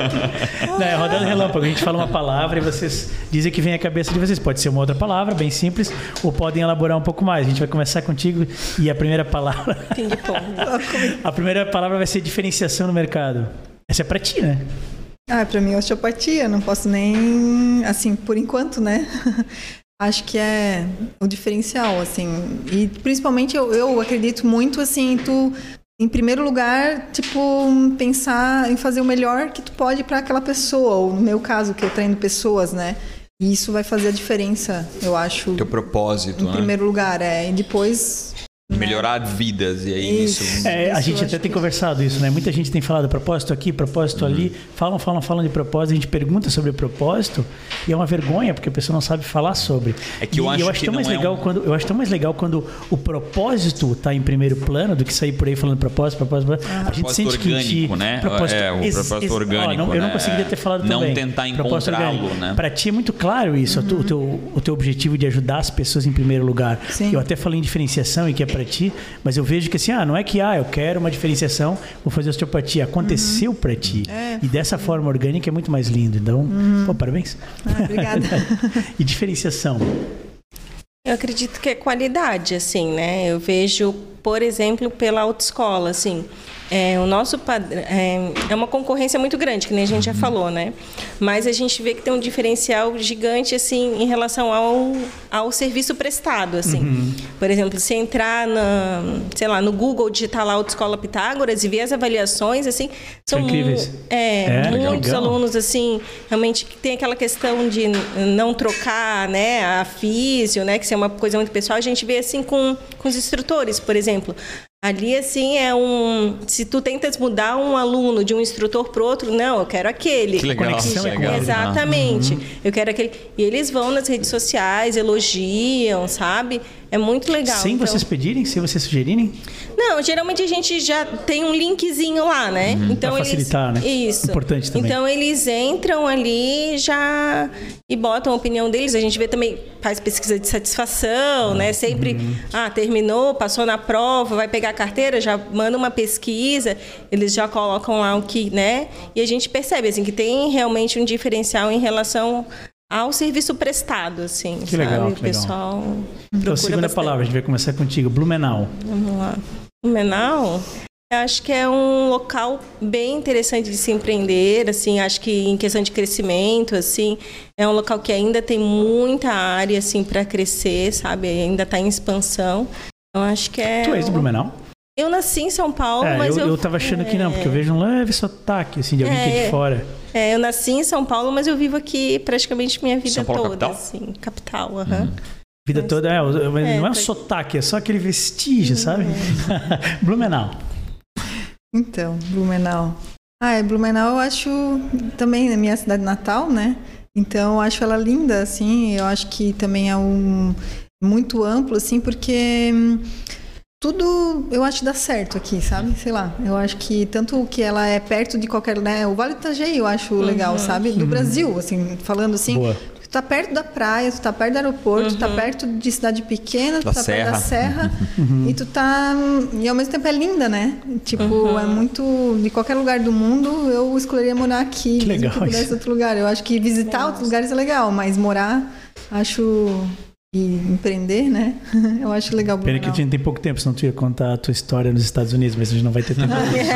Speaker 1: rodando relâmpago, a gente fala uma palavra e vocês dizem que vem à cabeça de vocês. Pode ser uma outra palavra, bem simples, ou podem elaborar um pouco mais. A gente vai começar contigo e a primeira palavra... A primeira palavra vai ser diferenciação no mercado. Essa é pra ti, né?
Speaker 4: Pra mim é osteopatia, não posso nem... Assim, por enquanto, né? Acho que é o diferencial, assim. E principalmente eu acredito muito, assim, em primeiro lugar, pensar em fazer o melhor que tu pode para aquela pessoa, ou no meu caso, que eu treino pessoas, né? E isso vai fazer a diferença, eu acho.
Speaker 3: Teu propósito,
Speaker 4: em primeiro lugar, e depois...
Speaker 3: Melhorar vidas, e aí isso
Speaker 1: a gente até tem conversado isso, né? Muita gente tem falado propósito aqui, propósito ali. Falam de propósito, a gente pergunta sobre o propósito e é uma vergonha, porque a pessoa não sabe falar sobre.
Speaker 3: Eu acho tão
Speaker 1: mais legal quando o propósito está em primeiro plano do que sair por aí falando propósito. A gente sente
Speaker 3: orgânico, né? O propósito orgânico,
Speaker 1: eu não conseguiria ter falado também.
Speaker 3: Não tentar encontrá-lo, né?
Speaker 1: Para ti é muito claro isso, o teu objetivo de ajudar as pessoas em primeiro lugar.
Speaker 4: Sim. Eu
Speaker 1: até falei em diferenciação e que é para ti, mas eu vejo que assim, não é que eu quero uma diferenciação, vou fazer osteopatia, aconteceu para ti. E dessa forma orgânica é muito mais lindo. Então, parabéns.
Speaker 4: Obrigada.
Speaker 1: E diferenciação?
Speaker 5: Eu acredito que é qualidade, assim, né? Eu vejo, por exemplo, pela autoescola, assim, o nosso padrão é uma concorrência muito grande, que nem a gente já falou, né? Mas a gente vê que tem um diferencial gigante, assim, em relação ao serviço prestado, assim. Por exemplo, se entrar no Google, digitar lá Autoescola Pitágoras e ver as avaliações, assim, são
Speaker 1: incríveis.
Speaker 5: Muitos alunos, assim, realmente que tem aquela questão de não trocar, né, a físio, né, que isso é uma coisa muito pessoal. A gente vê, assim, com os instrutores, por exemplo. Ali, assim, se tu tentas mudar um aluno de um instrutor para o outro, não, eu quero aquele.
Speaker 3: Que legal.
Speaker 5: Exatamente. Eu quero aquele. E eles vão nas redes sociais, elogiam, sabe? É muito legal.
Speaker 1: Sem vocês pedirem, sem vocês sugerirem?
Speaker 5: Não, geralmente a gente já tem um linkzinho lá, né? Então
Speaker 1: pra facilitar, né?
Speaker 5: Isso.
Speaker 1: Importante também.
Speaker 5: Então eles entram ali já e botam a opinião deles. A gente vê também, faz pesquisa de satisfação, né? Sempre, terminou, passou na prova, vai pegar a carteira, já manda uma pesquisa, eles já colocam lá o que, né? E a gente percebe, assim, que tem realmente um diferencial em relação ao serviço prestado, assim,
Speaker 1: que legal,
Speaker 5: o pessoal
Speaker 1: Então, a segunda palavra, a gente vai começar contigo, Blumenau.
Speaker 5: Vamos lá. Blumenau, eu acho que é um local bem interessante de se empreender, assim, acho que em questão de crescimento, assim, é um local que ainda tem muita área, assim, para crescer, sabe? Ainda está em expansão. Eu acho que é...
Speaker 1: Tu és de Blumenau?
Speaker 5: Eu nasci em São Paulo, mas
Speaker 1: eu tava achando que não, porque eu vejo um leve sotaque, assim, de alguém que é de fora.
Speaker 5: Eu nasci em São Paulo, mas eu vivo aqui praticamente minha vida
Speaker 3: São Paulo,
Speaker 5: toda,
Speaker 3: capital?
Speaker 5: assim, capital,
Speaker 1: Vida toda, não é um sotaque, é só aquele vestígio, sabe? Blumenau.
Speaker 4: Então, Blumenau. Blumenau eu acho também a minha cidade natal, né? Então eu acho ela linda, assim, eu acho que também é muito amplo, assim, porque tudo eu acho que dá certo aqui, sabe? Sei lá, eu acho que tanto que ela é perto de qualquer, né? O Vale do Itajaí eu acho legal, sabe? Do Brasil, assim, falando assim.
Speaker 1: Boa.
Speaker 4: Tu tá perto da praia, tu tá perto do aeroporto, tu tá perto de cidade pequena, tu tá perto da serra. E tu tá... E ao mesmo tempo é linda, né? Tipo, é muito... De qualquer lugar do mundo, eu escolheria morar aqui.
Speaker 1: Que legal
Speaker 4: se eu pudesse outro lugar. Eu acho que visitar outros lugares é legal, mas morar, acho... E empreender, né? Eu acho legal.
Speaker 1: Pena que a gente tem pouco tempo, senão tu ia contar a tua história nos Estados Unidos, mas a gente não vai ter tempo.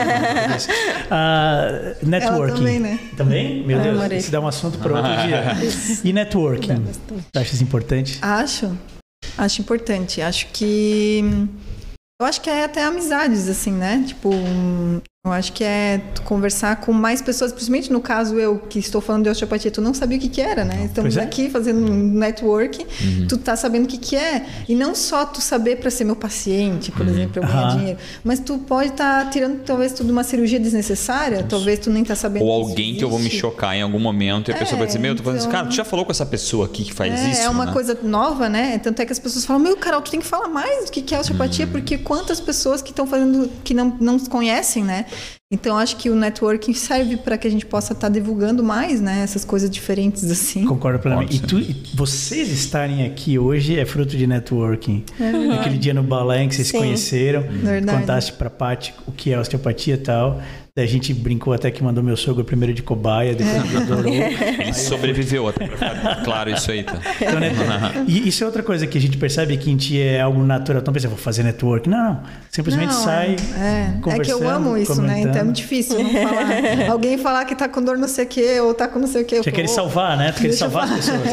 Speaker 1: Networking.
Speaker 4: Ela também, né?
Speaker 1: Também? Meu Deus, isso dá um assunto para outro dia. E networking? Tu achas isso importante?
Speaker 4: Acho importante. Acho que é até amizades, assim, né? Tipo, eu acho que é conversar com mais pessoas, principalmente no caso eu, que estou falando de osteopatia, tu não sabia o que era, né? Estamos aqui fazendo um network, tu tá sabendo o que é. E não só tu saber para ser meu paciente, por exemplo, eu ganhar dinheiro, mas tu pode estar tirando talvez tudo uma cirurgia desnecessária, talvez tu nem tá sabendo.
Speaker 3: Ou alguém que eu vou me chocar em algum momento e a pessoa vai dizer, eu tô falando assim, cara, tu já falou com essa pessoa aqui que faz isso?
Speaker 4: É uma
Speaker 3: né?
Speaker 4: coisa nova, né? Tanto é que as pessoas falam, Carol, tu tem que falar mais do que é osteopatia, porque quantas pessoas que estão fazendo, que não conhecem, né? Então, acho que o networking serve para que a gente possa estar divulgando mais, né? Essas coisas diferentes, assim.
Speaker 1: Concordo plenamente. E vocês estarem aqui hoje é fruto de networking. Aquele dia no balé em que vocês se conheceram, contaste para a Paty o que é osteopatia e tal. Daí a gente brincou até que mandou meu sogro primeiro de cobaia, depois ele adorou.
Speaker 3: Ele sobreviveu até pra ficar claro isso aí, tá?
Speaker 1: Então, e isso é outra coisa que a gente percebe que em ti é algo natural. Então pensa, vou fazer network. Não. Simplesmente sai conversando.
Speaker 4: É que eu amo isso, né? Então é muito difícil não falar. Alguém falar que tá com dor não sei o quê, ou tá com não sei o quê.
Speaker 1: Você quer salvar, né? Tu quer salvar as pessoas.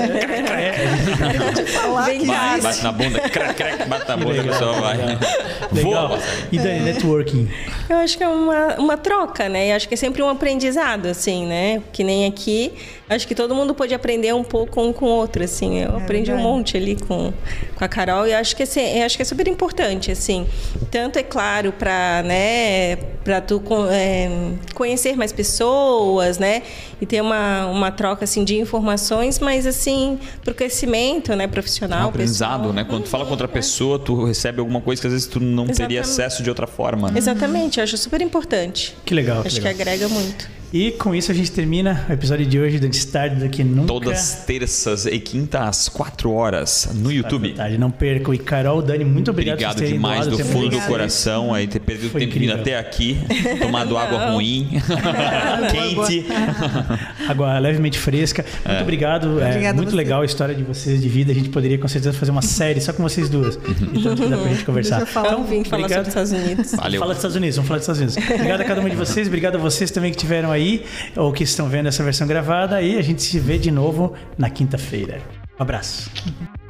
Speaker 3: Bate na bunda, bate na bunda, a pessoa vai.
Speaker 1: Legal. E daí, networking?
Speaker 5: Eu acho que é uma troca, né? Eu acho que é sempre um aprendizado, assim, né? Que nem aqui, acho que todo mundo pode aprender um pouco um com o outro, assim. Eu aprendi um monte ali com a Carol e acho que é super importante, assim. Tanto, é claro, para tu conhecer mais pessoas, né? E ter uma troca, assim, de informações, mas, assim, pro crescimento, né? Profissional,
Speaker 3: um aprendizado, pessoal. Né? Quando tu fala com outra pessoa, tu recebe alguma coisa que às vezes tu não teria acesso de outra forma, né?
Speaker 5: Exatamente, eu acho super importante.
Speaker 1: Que legal.
Speaker 5: Acho que agrega muito.
Speaker 1: E com isso a gente termina o episódio de hoje do Antes Tarde do Que Nunca.
Speaker 3: Todas terças e quintas às 4 horas no YouTube.
Speaker 1: Não percam. E Carol, Dani, muito obrigado por terem
Speaker 3: demais do fundo do
Speaker 1: isso.
Speaker 3: coração aí ter perdido o tempo vindo até aqui, tomado água ruim, quente.
Speaker 1: Água levemente fresca. Muito obrigado. Muito legal a história de vocês de vida. A gente poderia com certeza fazer uma série só com vocês duas. Então dá pra gente conversar.
Speaker 5: Deixa eu falar, falar sobre os Estados Unidos.
Speaker 3: Valeu.
Speaker 1: Fala dos Estados Unidos, vamos falar dos Estados Unidos. Obrigado a cada um de vocês, obrigado a vocês também que tiveram aí ou que estão vendo essa versão gravada, e a gente se vê de novo na quinta-feira. Um abraço.